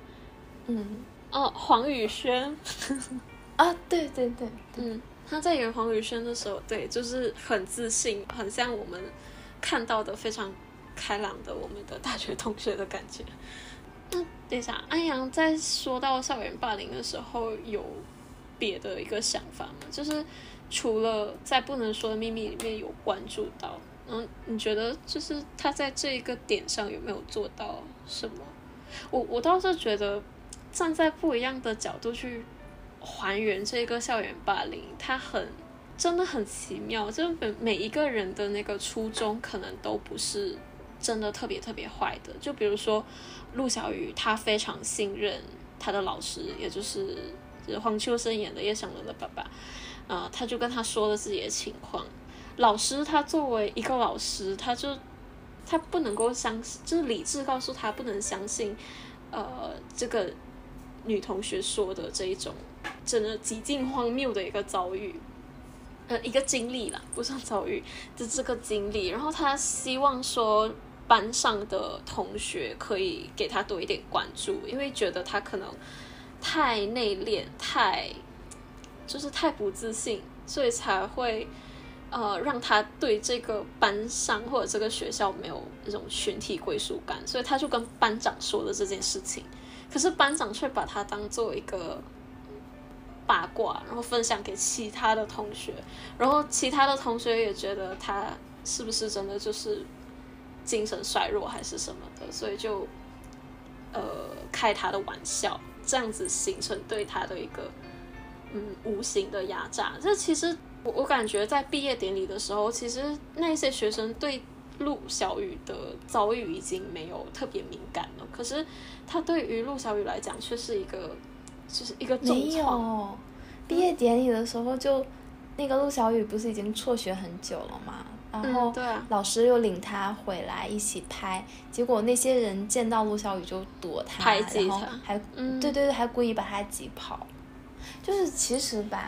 黄宇轩啊，对， 他在演黄宇轩的时候，对，就是很自信，很像我们看到的非常开朗的我们的大学同学的感觉。那等一下，安阳在说到校园霸凌的时候，有别的一个想法吗？就是除了在不能说的秘密里面有关注到，你觉得就是他在这一个点上有没有做到什么？我倒是觉得站在不一样的角度去还原这个校园霸凌，它真的很奇妙，就是每一个人的那个初衷可能都不是真的特别特别坏的。就比如说陆小雨，他非常信任他的老师，也就是黄秋生演的叶尚伦的爸爸，他就跟他说了自己的情况。老师他作为一个老师，他不能够相信，就是理智告诉他不能相信，这个女同学说的这一种真的极尽荒谬的一个遭遇，一个经历啦，不算遭遇，就这个经历。然后他希望说班上的同学可以给他多一点关注，因为觉得他可能太内敛，太不自信，所以才会让他对这个班上或者这个学校没有这种群体归属感，所以他就跟班长说了这件事情。可是班长却把他当做一个八卦，然后分享给其他的同学，然后其他的同学也觉得他是不是真的就是精神衰弱还是什么的，所以就开他的玩笑，这样子形成对他的一个无形的压榨。这其实我感觉在毕业典礼的时候，其实那些学生对陆小雨的遭遇已经没有特别敏感了，可是他对于陆小雨来讲却是一个重创。 毕业典礼的时候就那个陆小雨不是已经辍学很久了嘛，然后老师又领他回来一起拍，结果那些人见到陆小雨就躲他， 排挤他， 然后还对，还故意把他挤跑。就是其实吧，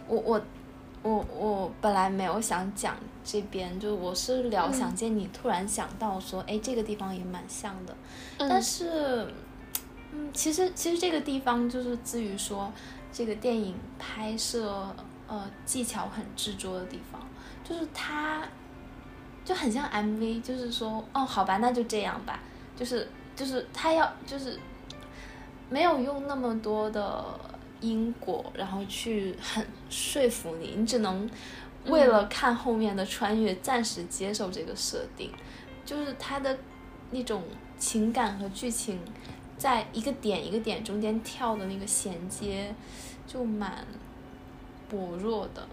我本来没有想讲这边，就我是聊想见你，突然想到说，哎，这个地方也蛮像的，但是，其实这个地方就是至于说这个电影拍摄技巧很执着的地方，就是它就很像 MV， 就是说好吧，那就这样吧，就是他要就是没有用那么多的因果，然后去很说服你，你只能为了看后面的穿越暂时接受这个设定，就是它的那种情感和剧情在一个点一个点中间跳的那个衔接就蛮薄弱的。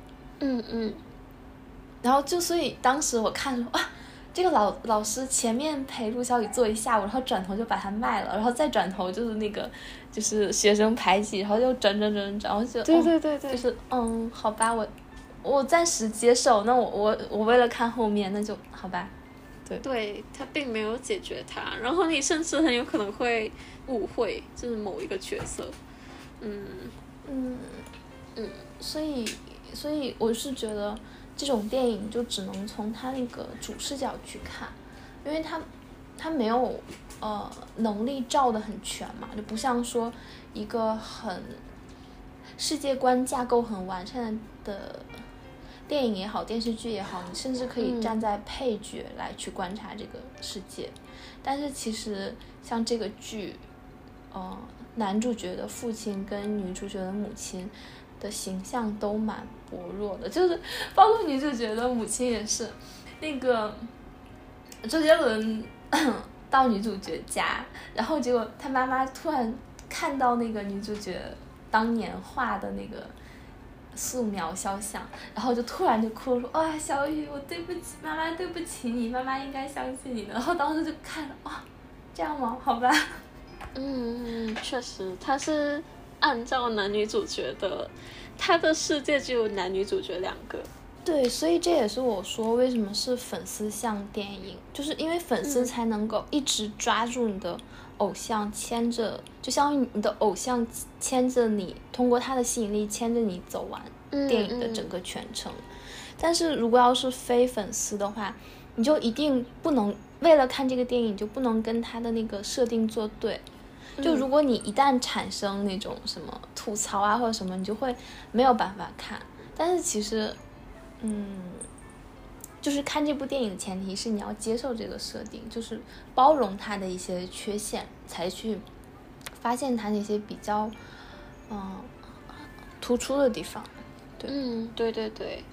然后就所以当时我看说这个老师前面陪陆小雨坐一下午，然后转头就把他卖了，然后再转头就是那个就是学生排挤，然后又转，然后就对， 就是好吧，我暂时接受，那我为了看后面，那就好吧。 对，他并没有解决他，然后你甚至很有可能会误会就是某一个角色。 所以我是觉得这种电影就只能从他那个主视角去看，因为他没有能力照得很全嘛，就不像说一个很世界观架构很完善的电影也好，电视剧也好，你甚至可以站在配角来去观察这个世界。但是其实像这个剧，男主角的父亲跟女主角的母亲的形象都蛮薄弱的，就是包括女主角的母亲也是，那个周杰伦到女主角家，然后结果他妈妈突然看到那个女主角当年画的那个素描肖像，然后就突然就哭了，说哇小雨，我对不起妈妈，对不起你，妈妈应该相信你的。然后当时就看了，哇，这样吗？好吧。 确实，他是按照男女主角的，他的世界只有男女主角2个。 对，所以这也是我说为什么是粉丝向电影，就是因为粉丝才能够一直抓住你的偶像，牵着，就相当于你的偶像牵着你，通过他的吸引力牵着你走完电影的整个全程。但是如果要是非粉丝的话，你就一定不能为了看这个电影就不能跟他的那个设定作对。就如果你一旦产生那种什么吐槽啊或者什么，你就会没有办法看。但是其实就是看这部电影的前提是你要接受这个设定，就是包容它的一些缺陷，才去发现它那些比较突出的地方。对， 对对对。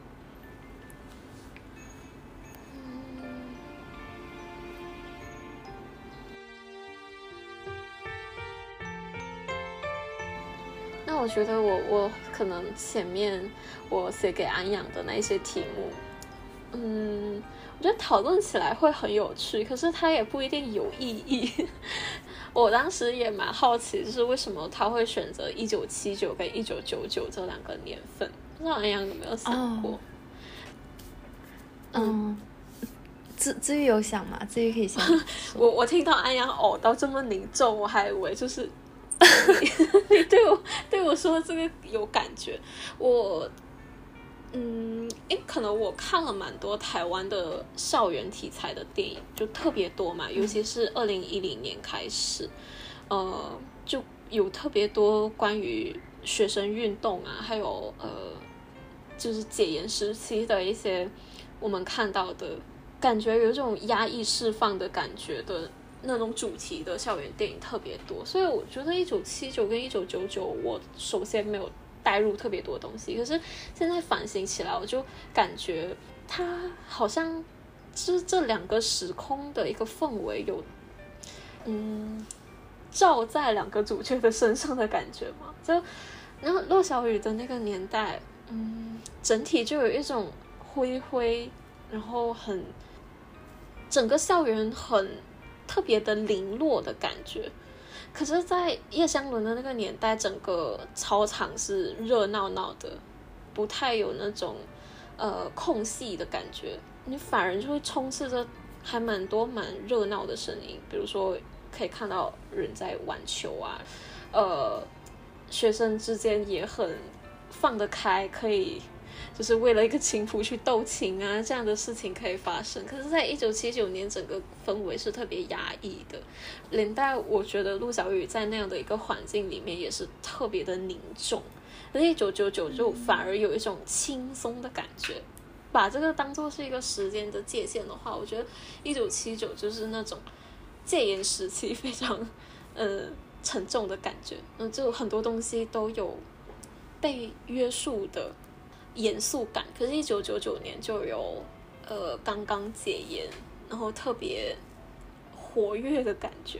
那我觉得我可能前面我写给安阳的那一些题目，我觉得讨论起来会很有趣，可是它也不一定有意义。我当时也蛮好奇，就是为什么他会选择1979跟1999这2个年份，不知道安阳有没有想过？ 子瑜有想吗？子瑜可以先我听到安阳到这么凝重，我还以为就是你对我说这个有感觉。可能我看了蛮多台湾的校园题材的电影，就特别多嘛，尤其是2010年开始，就有特别多关于学生运动啊，还有就是解严时期的一些我们看到的感觉有一种压抑释放的感觉的那种主题的校园电影特别多，所以我觉得1979跟1999我首先没有带入特别多东西，可是现在反省起来，我就感觉它好像是这2个时空的一个氛围有照在2个主角的身上的感觉嘛。就然后骆小雨的那个年代，整体就有一种灰，然后很整个校园很特别的零落的感觉。可是在叶湘伦的那个年代，整个操场是热闹闹的，不太有那种空隙的感觉，你反而就会充斥着还蛮多蛮热闹的声音，比如说可以看到人在玩球啊，学生之间也很放得开，可以就是为了一个琴谱去斗琴啊，这样的事情可以发生。可是在1979年整个氛围是特别压抑的，连带我觉得陆小雨在那样的一个环境里面也是特别的凝重，而1999就反而有一种轻松的感觉。把这个当作是一个时间的界限的话，我觉得1979就是那种戒严时期非常沉重的感觉，就很多东西都有被约束的严肃感。可是1999年就有刚刚解严，然后特别活跃的感觉。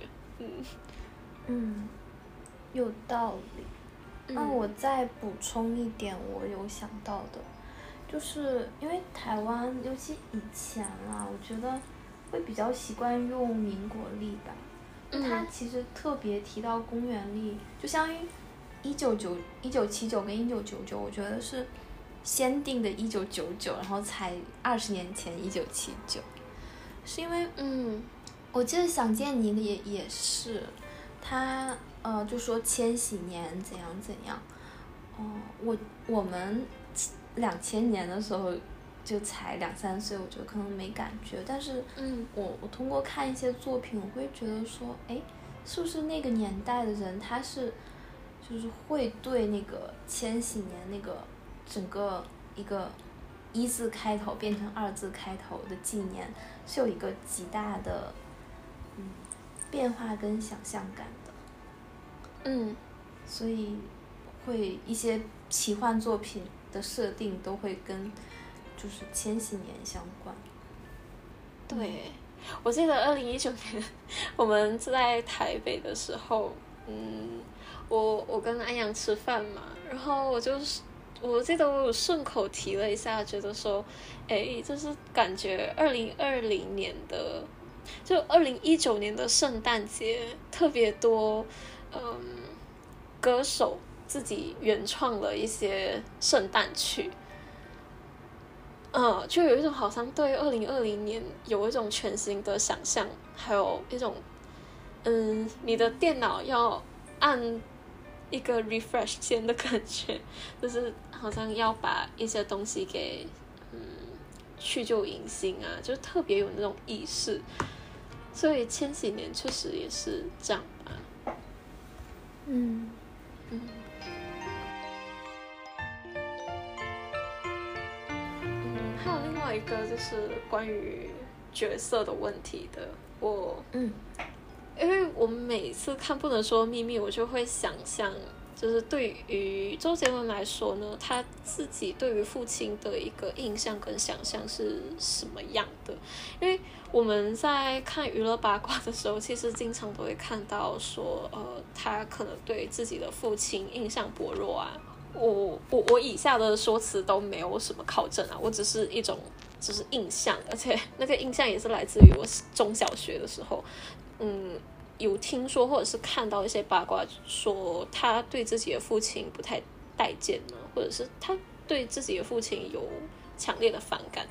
有道理。那我再补充一点我有想到的，就是因为台湾尤其以前啊，我觉得会比较习惯用民国历吧，它其实特别提到公元历，就相当于1979跟1999，我觉得是先定的1999，然后才20年前1979，是因为我记得《想见你》也是，他就说千禧年怎样怎样， 我们2000年的时候就才2、3岁，我觉得可能没感觉，但是我通过看一些作品，我会觉得说，哎，是不是那个年代的人他是就是会对那个千禧年那个整个一个1字开头变成2字开头的纪年是有一个极大的变化跟想象感的。所以会一些奇幻作品的设定都会跟就是千禧年相关。 对，我记得2019年我们在台北的时候，我跟安阳吃饭嘛，然后我记得我有顺口提了一下，觉得说，就是感觉2020年的，就2019年的圣诞节特别多，歌手自己原创了一些圣诞曲。就有一种好像对2020年有一种全新的想象，还有一种，你的电脑要按一个 refresh 键的感觉，就是好像要把一些东西给，去旧迎新啊，就特别有那种意识。所以千禧年确实也是这样吧。还有另外一个就是关于角色的问题的，因为我每次看《不能说秘密》，我就会想象，就是对于周杰伦来说呢，他自己对于父亲的一个印象跟想象是什么样的？因为我们在看娱乐八卦的时候，其实经常都会看到说，他可能对自己的父亲印象薄弱啊。我以下的说辞都没有什么考证啊，我只是一种就是印象，而且那个印象也是来自于我中小学的时候，有听说或者是看到一些八卦说他对自己的父亲不太待见呢，或者是他对自己的父亲有强烈的反感。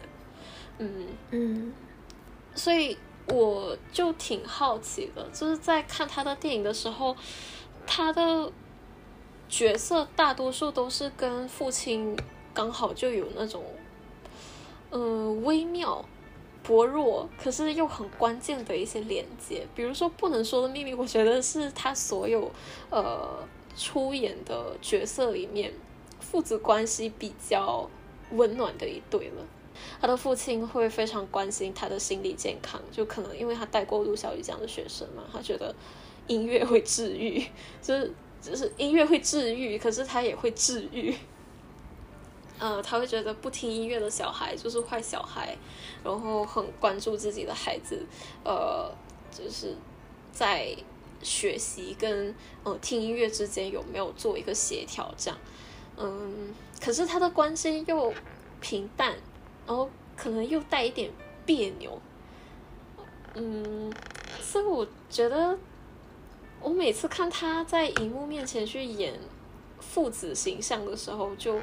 所以我就挺好奇的，就是在看他的电影的时候，他的角色大多数都是跟父亲刚好就有那种微妙薄弱可是又很关键的一些连接。比如说不能说的秘密，我觉得是他所有出演的角色里面父子关系比较温暖的一对了。他的父亲会非常关心他的心理健康，就可能因为他带过陆小雨这样的学生嘛，他觉得音乐会治愈，就是音乐会治愈，可是他也会治愈。他会觉得不听音乐的小孩就是坏小孩，然后很关注自己的孩子，就是在学习跟听音乐之间有没有做一个协调，这样。可是他的关系又平淡，然后可能又带一点别扭。所以我觉得我每次看他在荧幕面前去演父子形象的时候，就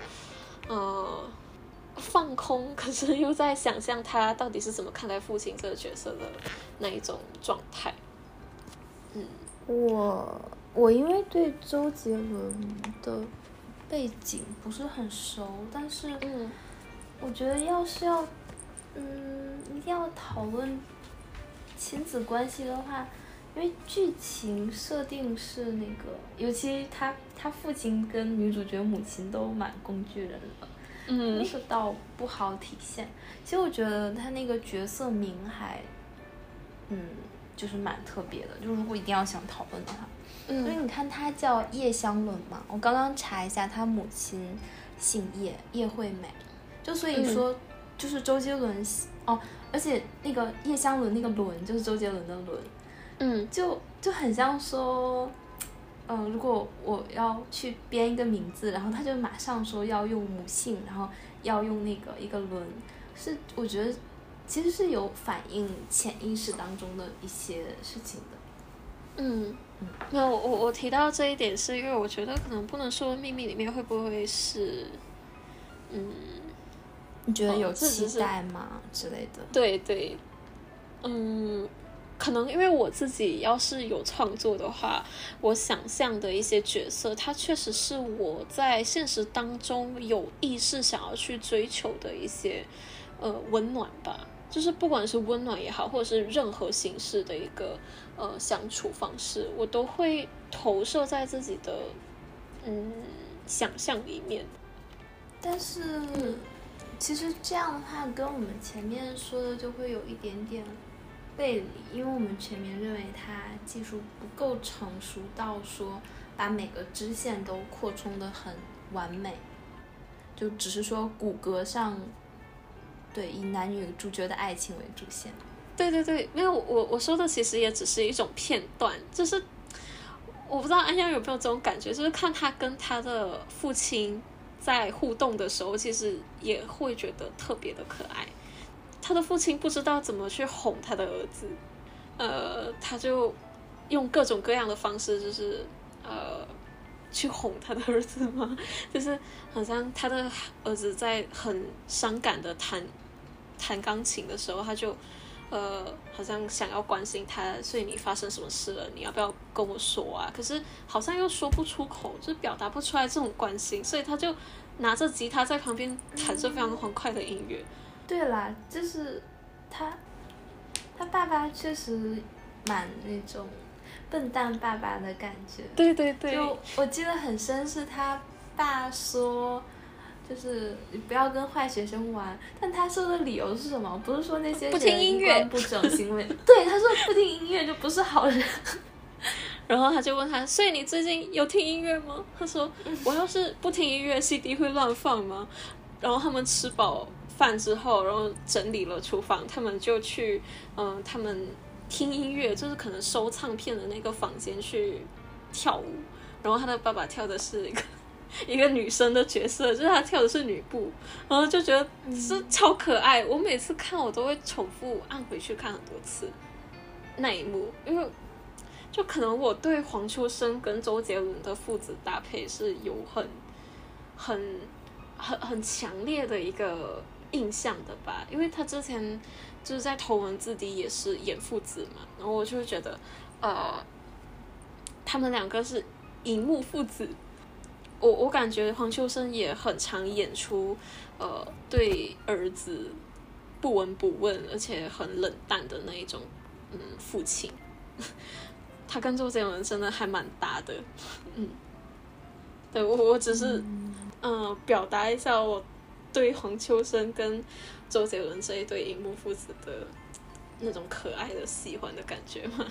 放空，可是又在想象他到底是怎么看待父亲这个角色的那一种状态。 我因为对周杰伦的背景不是很熟，但是我觉得要一定要讨论亲子关系的话，因为剧情设定是那个，尤其他父亲跟女主角母亲都蛮工具人的，那个倒不好体现。其实我觉得他那个角色名还就是蛮特别的，就如果一定要想讨论的话，因为你看他叫叶湘伦嘛，我刚刚查一下，他母亲姓叶，叶惠美，就所以说就是周杰伦而且那个叶湘伦那个伦就是周杰伦的伦，就很像说，如果我要去编一个名字，然后他就马上说要用母姓，然后要用那个一个伦，是我觉得其实是有反映潜意识当中的一些事情的。 那我提到这一点是因为我觉得可能不能说秘密里面会不会是你觉得有期待吗之类的？ 对， 可能因为我自己要是有创作的话，我想象的一些角色，它确实是我在现实当中有意识想要去追求的一些温暖吧。就是不管是温暖也好，或者是任何形式的一个相处方式，我都会投射在自己的想象里面。 但是其实这样的话跟我们前面说的就会有一点点背离，因为我们前面认为它技术不够成熟到说把每个支线都扩充得很完美，就只是说骨骼上对以男女主角的爱情为主线。 对对对，没有我说的其实也只是一种片段，就是我不知道安阳有没有这种感觉，就是看他跟他的父亲在互动的时候，其实也会觉得特别的可爱。他的父亲不知道怎么去哄他的儿子，他就用各种各样的方式，就是去哄他的儿子嘛，就是好像他的儿子在很伤感的弹钢琴的时候，他就好像想要关心他，所以你发生什么事了？你要不要跟我说啊？可是好像又说不出口，就是表达不出来这种关心，所以他就拿着吉他在旁边弹着非常欢快的音乐。 对啦，就是他爸爸确实蛮那种笨蛋爸爸的感觉。 对对对， 就我记得很深，是他爸说就是你不要跟坏学生玩，但他说的理由是什么？不是说那些不听音乐人不整行为对，他说不听音乐就不是好人。 然后他就问他，所以你最近有听音乐吗？他说我要是不听音乐 CD 会乱放吗？然后他们吃饱饭之后，然后整理了厨房，他们就去他们听音乐，就是可能收唱片的那个房间去跳舞。然后他的爸爸跳的是一个女生的角色，就是他跳的是女部，然后就觉得是超可爱。我每次看我都会重复按回去看很多次那一幕，因为就可能我对黄秋生跟周杰伦的父子搭配是有很强烈的一个印象的吧，因为他之前就是在《头文字 D》也是演父子嘛，然后我就会觉得他们两个是荧幕父子。我感觉黄秋生也很常演出对儿子不闻不问而且很冷淡的那一种父亲。他跟周杰伦真的还蛮搭的。对，我只是表达一下我对黄秋生跟周杰伦这一对荧幕父子的那种可爱的喜欢的感觉嘛。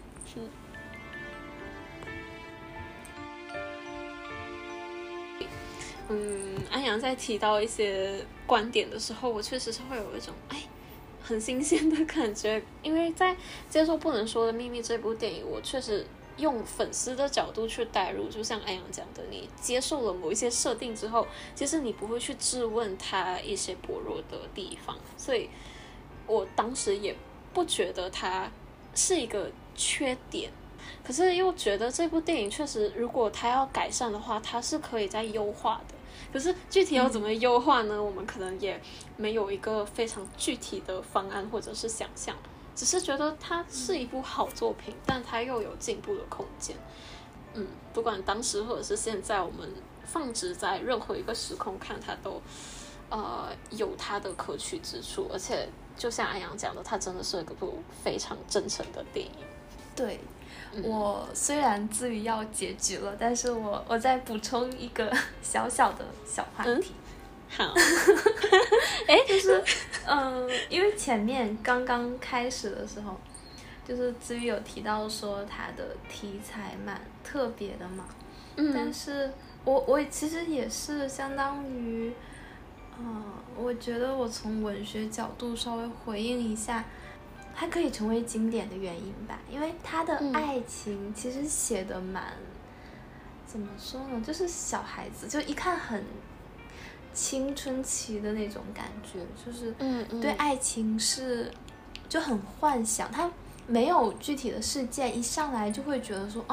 安阳在提到一些观点的时候，我确实是会有一种很新鲜的感觉，因为在接受不能说的秘密这部电影，我确实用粉丝的角度去带入，就像安阳讲的，你接受了某一些设定之后，其实你不会去质问它一些薄弱的地方，所以我当时也不觉得它是一个缺点，可是又觉得这部电影确实如果它要改善的话，它是可以再优化的。可是具体要怎么优化呢？我们可能也没有一个非常具体的方案或者是想象，只是觉得它是一部好作品，但它又有进步的空间。不管当时或者是现在，我们放置在任何一个时空看，它都有它的可取之处，而且就像安阳讲的，它真的是一部非常真诚的电影。 对，我虽然至于要结局了，但是我再补充一个小小的小话题。 好， 就是因为前面刚刚开始的时候，就是子瑜有提到说它的题材蛮特别的嘛，但是我其实也是相当于，我觉得我从文学角度稍微回应一下。它可以成为经典的原因吧，因为他的爱情其实写的蛮，怎么说呢，就是小孩子就一看很青春期的那种感觉，就是对爱情是就很幻想，他没有具体的事件，一上来就会觉得说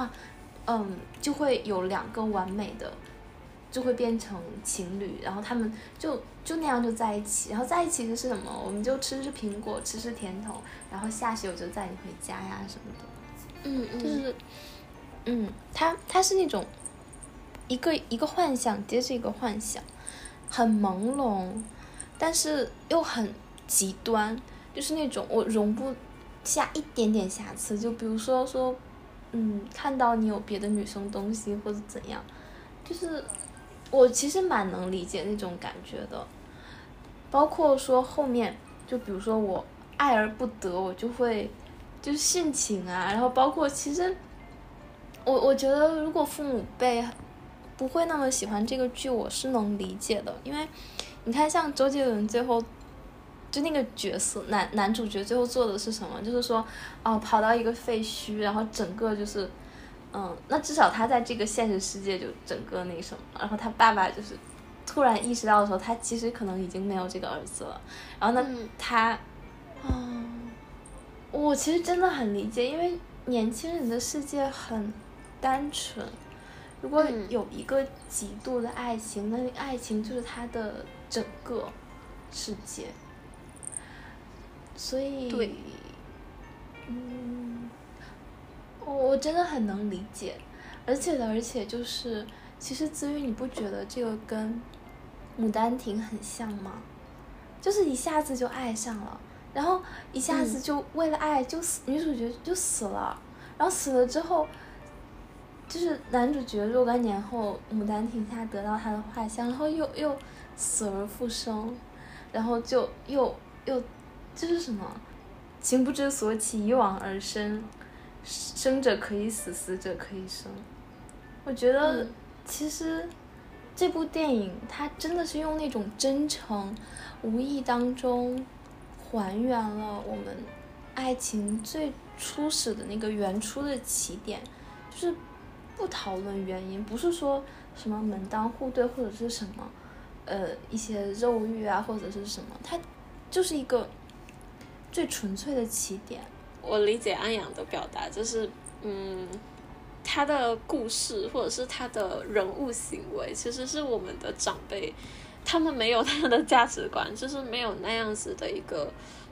就会有两个完美的，就会变成情侣，然后他们就就那样就在一起，然后在一起就是什么，我们就吃苹果，吃甜筒，然后下学我就载你回家呀什么的。就是它是那种一个幻想接着一个幻想，很朦胧，但是又很极端，就是那种我容不下一点点瑕疵，就比如说看到你有别的女生东西或者怎样，就是我其实蛮能理解那种感觉的。包括说后面就比如说我爱而不得，我就会就殉情啊，然后包括其实我觉得如果父母辈不会那么喜欢这个剧，我是能理解的。因为你看像周杰伦最后就那个角色男主角最后做的是什么，就是说跑到一个废墟，然后整个就是那至少他在这个现实世界就整个那什么，然后他爸爸就是突然意识到的时候，他其实可能已经没有这个儿子了，然后呢他我其实真的很理解，因为年轻人的世界很单纯，如果有一个极度的爱情，那爱情就是他的整个世界，所以对， 我真的很能理解，而且就是其实子瑜你不觉得这个跟牡丹亭很像吗？就是一下子就爱上了，然后一下子就为了爱就女主角就死了，然后死了之后就是男主角若干年后牡丹亭下得到他的画像，然后又死而复生，然后就又就是什么情不知所起，一往而深，生者可以死，死者可以生。我觉得其实这部电影它真的是用那种真诚无意当中还原了我们爱情最初始的那个原初的起点，就是不讨论原因，不是说什么门当户对或者是什么一些肉欲啊或者是什么，它就是一个最纯粹的起点。 我理解安阳的表达，就是他的故事或者是他的人物行为，其实是我们的长辈他们没有那样的价值观，就是没有那样子的一个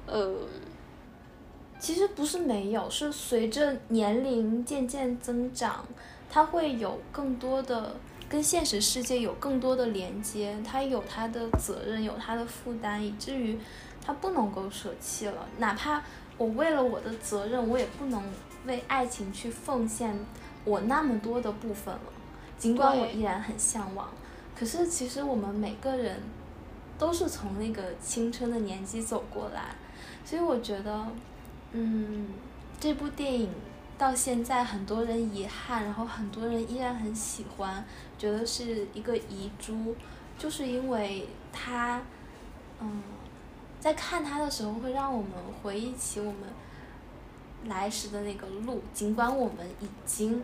其实不是没有，是随着年龄渐渐增长，他会有更多的跟现实世界有更多的连接，他有他的责任，有他的负担，以至于他不能够舍弃了。哪怕我为了我的责任，我也不能为爱情去奉献我那么多的部分了，尽管我依然很向往。可是其实我们每个人都是从那个青春的年纪走过来，所以我觉得这部电影到现在很多人遗憾，然后很多人依然很喜欢，觉得是一个遗珠，就是因为它在看它的时候会让我们回忆起我们来时的那个路，尽管我们已经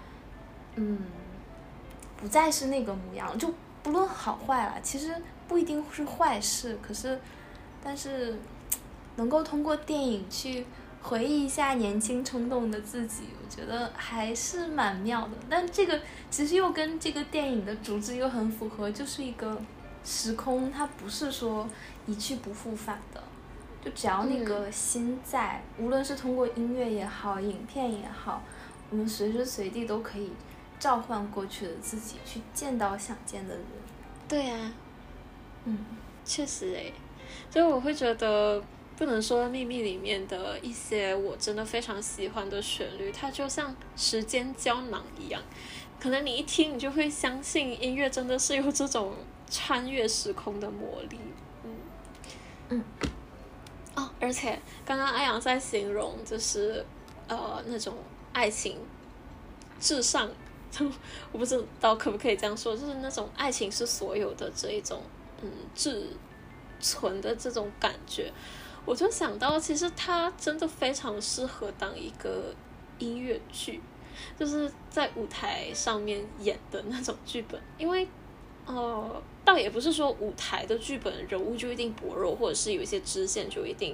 不再是那个模样，就不论好坏了，其实不一定是坏事，但是能够通过电影去回忆一下年轻冲动的自己，我觉得还是蛮妙的。但这个其实又跟这个电影的主旨又很符合，就是一个时空，它不是说一去不复返的，就只要那个心在，无论是通过音乐也好，影片也好，我们随时随地都可以召唤过去的自己，去见到想见的人。 对啊，确实诶，就我会觉得不能说秘密里面的一些我真的非常喜欢的旋律，它就像时间胶囊一样，可能你一听你就会相信音乐真的是有这种穿越时空的魔力。而且刚刚安阳在形容就是那种爱情至上，我不知道可不可以这样说，就是那种爱情是所有的这一种至纯的这种感觉，我就想到其实它真的非常适合当一个音乐剧，就是在舞台上面演的那种剧本。因为倒也不是说舞台的剧本人物就一定薄弱，或者是有一些支线就一定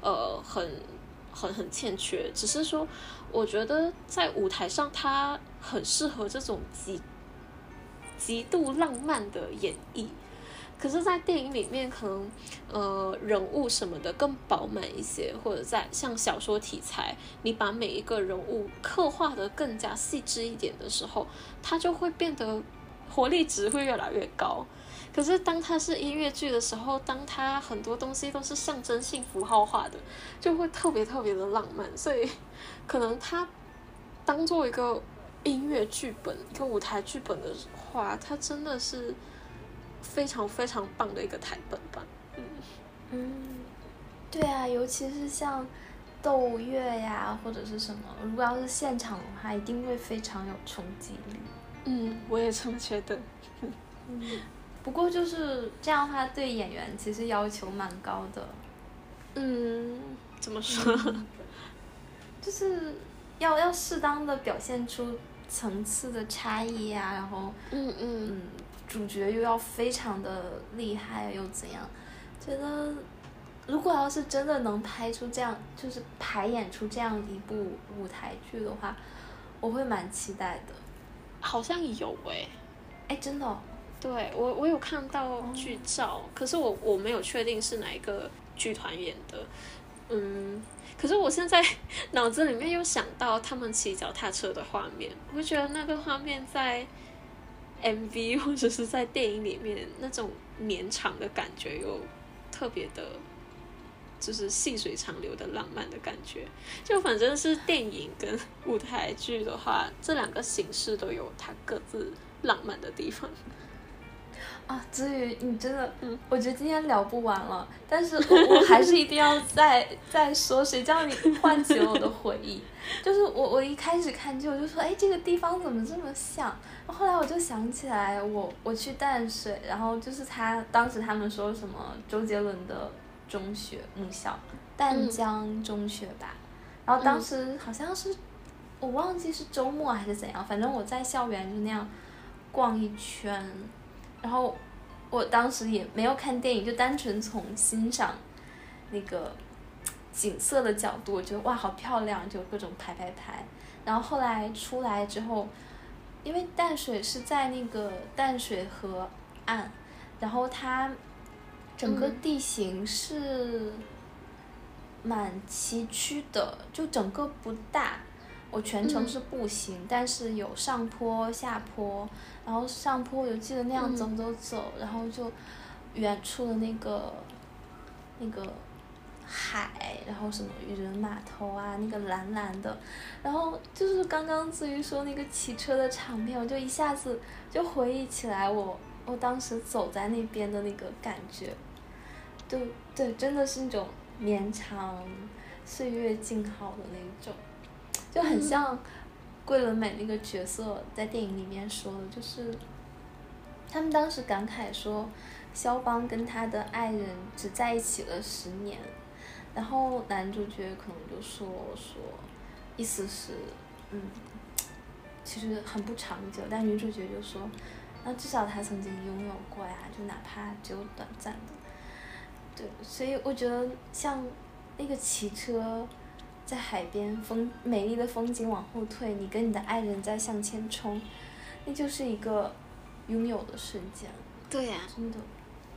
很欠缺，只是说我觉得在舞台上它很适合这种极度浪漫的演绎， 可是，在电影里面，可能人物什么的更饱满一些，或者在像小说题材，你把每一个人物刻画的更加细致一点的时候，它就会变得活力值会越来越高。可是当它是音乐剧的时候，当它很多东西都是象征性符号化的，就会特别特别的浪漫。所以，可能它当做一个音乐剧本、一个舞台剧本的话，它真的是非常非常棒的一个台本吧。 对啊，尤其是像斗乐呀或者是什么，如果要是现场的话，一定会非常有冲击力。 我也这么觉得。 不过就是这样的话，对演员其实要求蛮高的。 怎么说？ 就是要适当的表现出层次的差异啊，然后主角又要非常的厉害又怎样？觉得如果要是真的能拍出这样，就是排演出这样一部舞台剧的话，我会蛮期待的。 好像有真的哦。 对，我有看到剧照，可是我没有确定是哪一个剧团演的。可是我现在脑子里面又想到他们骑脚踏车的画面，我觉得那个画面在 MV 或者是在电影里面那种绵长的感觉，有特别的，就是细水长流的浪漫的感觉。就反正是电影跟舞台剧的话，这两个形式都有它各自浪漫的地方。 至于你真的，我觉得今天聊不完了，但是我还是一定要再说，谁叫你唤起了我的回忆。就是我一开始看剧，我就说，这个地方怎么这么像？后来我就想起来，我去淡水，然后就是当时他们说什么周杰伦的中学母校，淡江中学吧。然后当时好像是我忘记是周末还是怎样，反正我在校园就那样逛一圈。然后我当时也没有看电影，就单纯从欣赏那个景色的角度，我觉得哇好漂亮，就各种拍。然后后来出来之后，因为淡水是在那个淡水河岸，然后它整个地形是蛮崎岖的，就整个不大。我全程是步行，但是有上坡下坡，然后上坡我就记得那样走，然后就远处的那个海，然后什么渔人码头啊，那个蓝蓝的，然后就是刚刚子瑜说那个骑车的场面，我就一下子就回忆起来我当时走在那边的那个感觉，对，真的是那种绵长岁月静好的那种。就很像桂纶镁那个角色在电影里面说的，就是他们当时感慨说，肖邦跟他的爱人只在一起了10年，然后男主角可能就说意思是其实很不长久，但女主角就说那至少他曾经拥有过呀，就哪怕只有短暂的。对，所以我觉得像那个骑车在海边美丽的风景往后退，你跟你的爱人在向前冲，那就是一个拥有的瞬间。 对呀， 真的。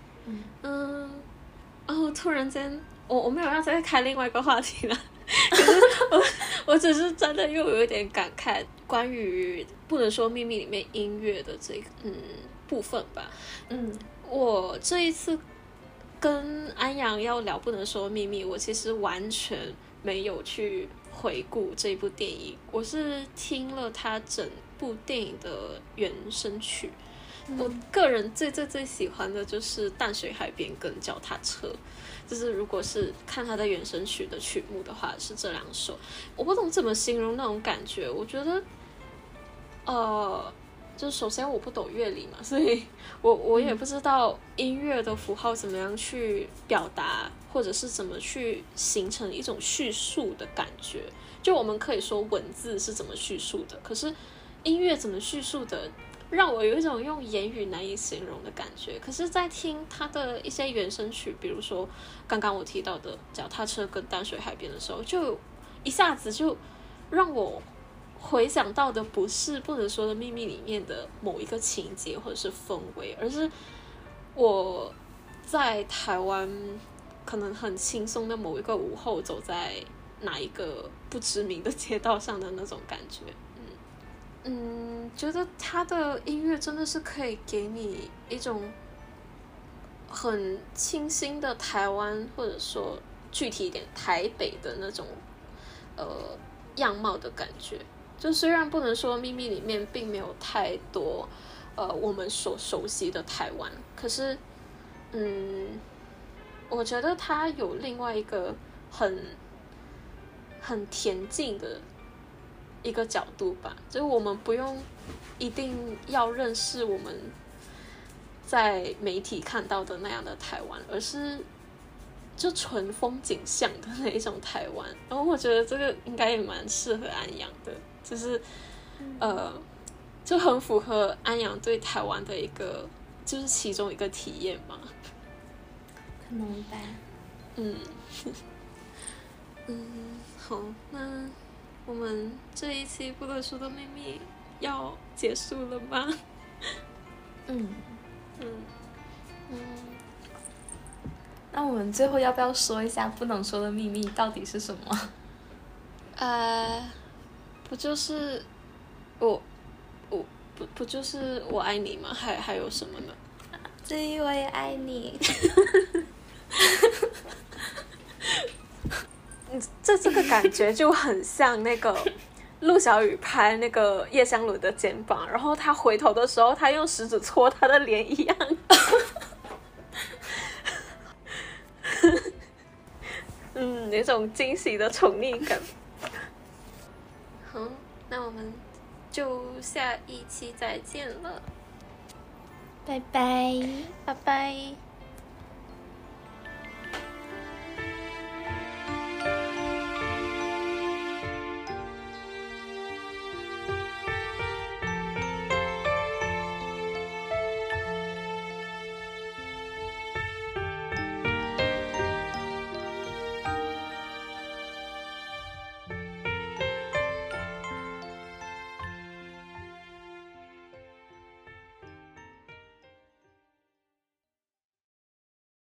突然间我没有要再开另外一个话题了，可是我只是真的又有一点感慨，关于不能说秘密里面音乐的这个部分吧。我这一次跟安阳要聊不能说秘密，我其实完全没有去回顾这部电影，我是听了他整部电影的原声曲。我个人最喜欢的就是淡水海边跟脚踏车，就是如果是看他的原声曲的曲目的话，是这2首。我不懂怎么形容那种感觉，我觉得就首先我不懂乐理嘛，所以我也不知道音乐的符号怎么样去表达，或者是怎么去形成一种叙述的感觉。就我们可以说文字是怎么叙述的，可是音乐怎么叙述的，让我有一种用言语难以形容的感觉。可是在听他的一些原声曲，比如说刚刚我提到的脚踏车跟淡水海边的时候，就一下子就让我回想到的不是不能说的秘密里面的某一个情节或者是氛围，而是我在台湾可能很轻松的某一个午后走在哪一个不知名的街道上的那种感觉。觉得他的音乐真的是可以给你一种很清新的台湾，或者说具体一点台北的那种样貌的感觉。就虽然不能说《秘密》里面并没有太多我们所熟悉的台湾，可是我觉得它有另外一个很恬静的一个角度吧，就是我们不用一定要认识我们在媒体看到的那样的台湾，而是就纯风景像的那一种台湾。然后我觉得这个应该也蛮适合安阳的，就是就很符合安阳对台湾的一个就是其中一个体验嘛。 可能吧。 好，那我们这一期不得说的秘密要结束了吗？ 那我们最后要不要说一下不能说的秘密到底是什么？ 不就是不就是我爱你吗？还有什么呢？ 至于我也爱你。 这个感觉就很像那个陆小雨拍那个叶湘伦的肩膀，然后他回头的时候他用食指戳他的脸一样。那种惊喜的宠溺感。好，那我们就下一期再见了， 拜拜。 拜拜。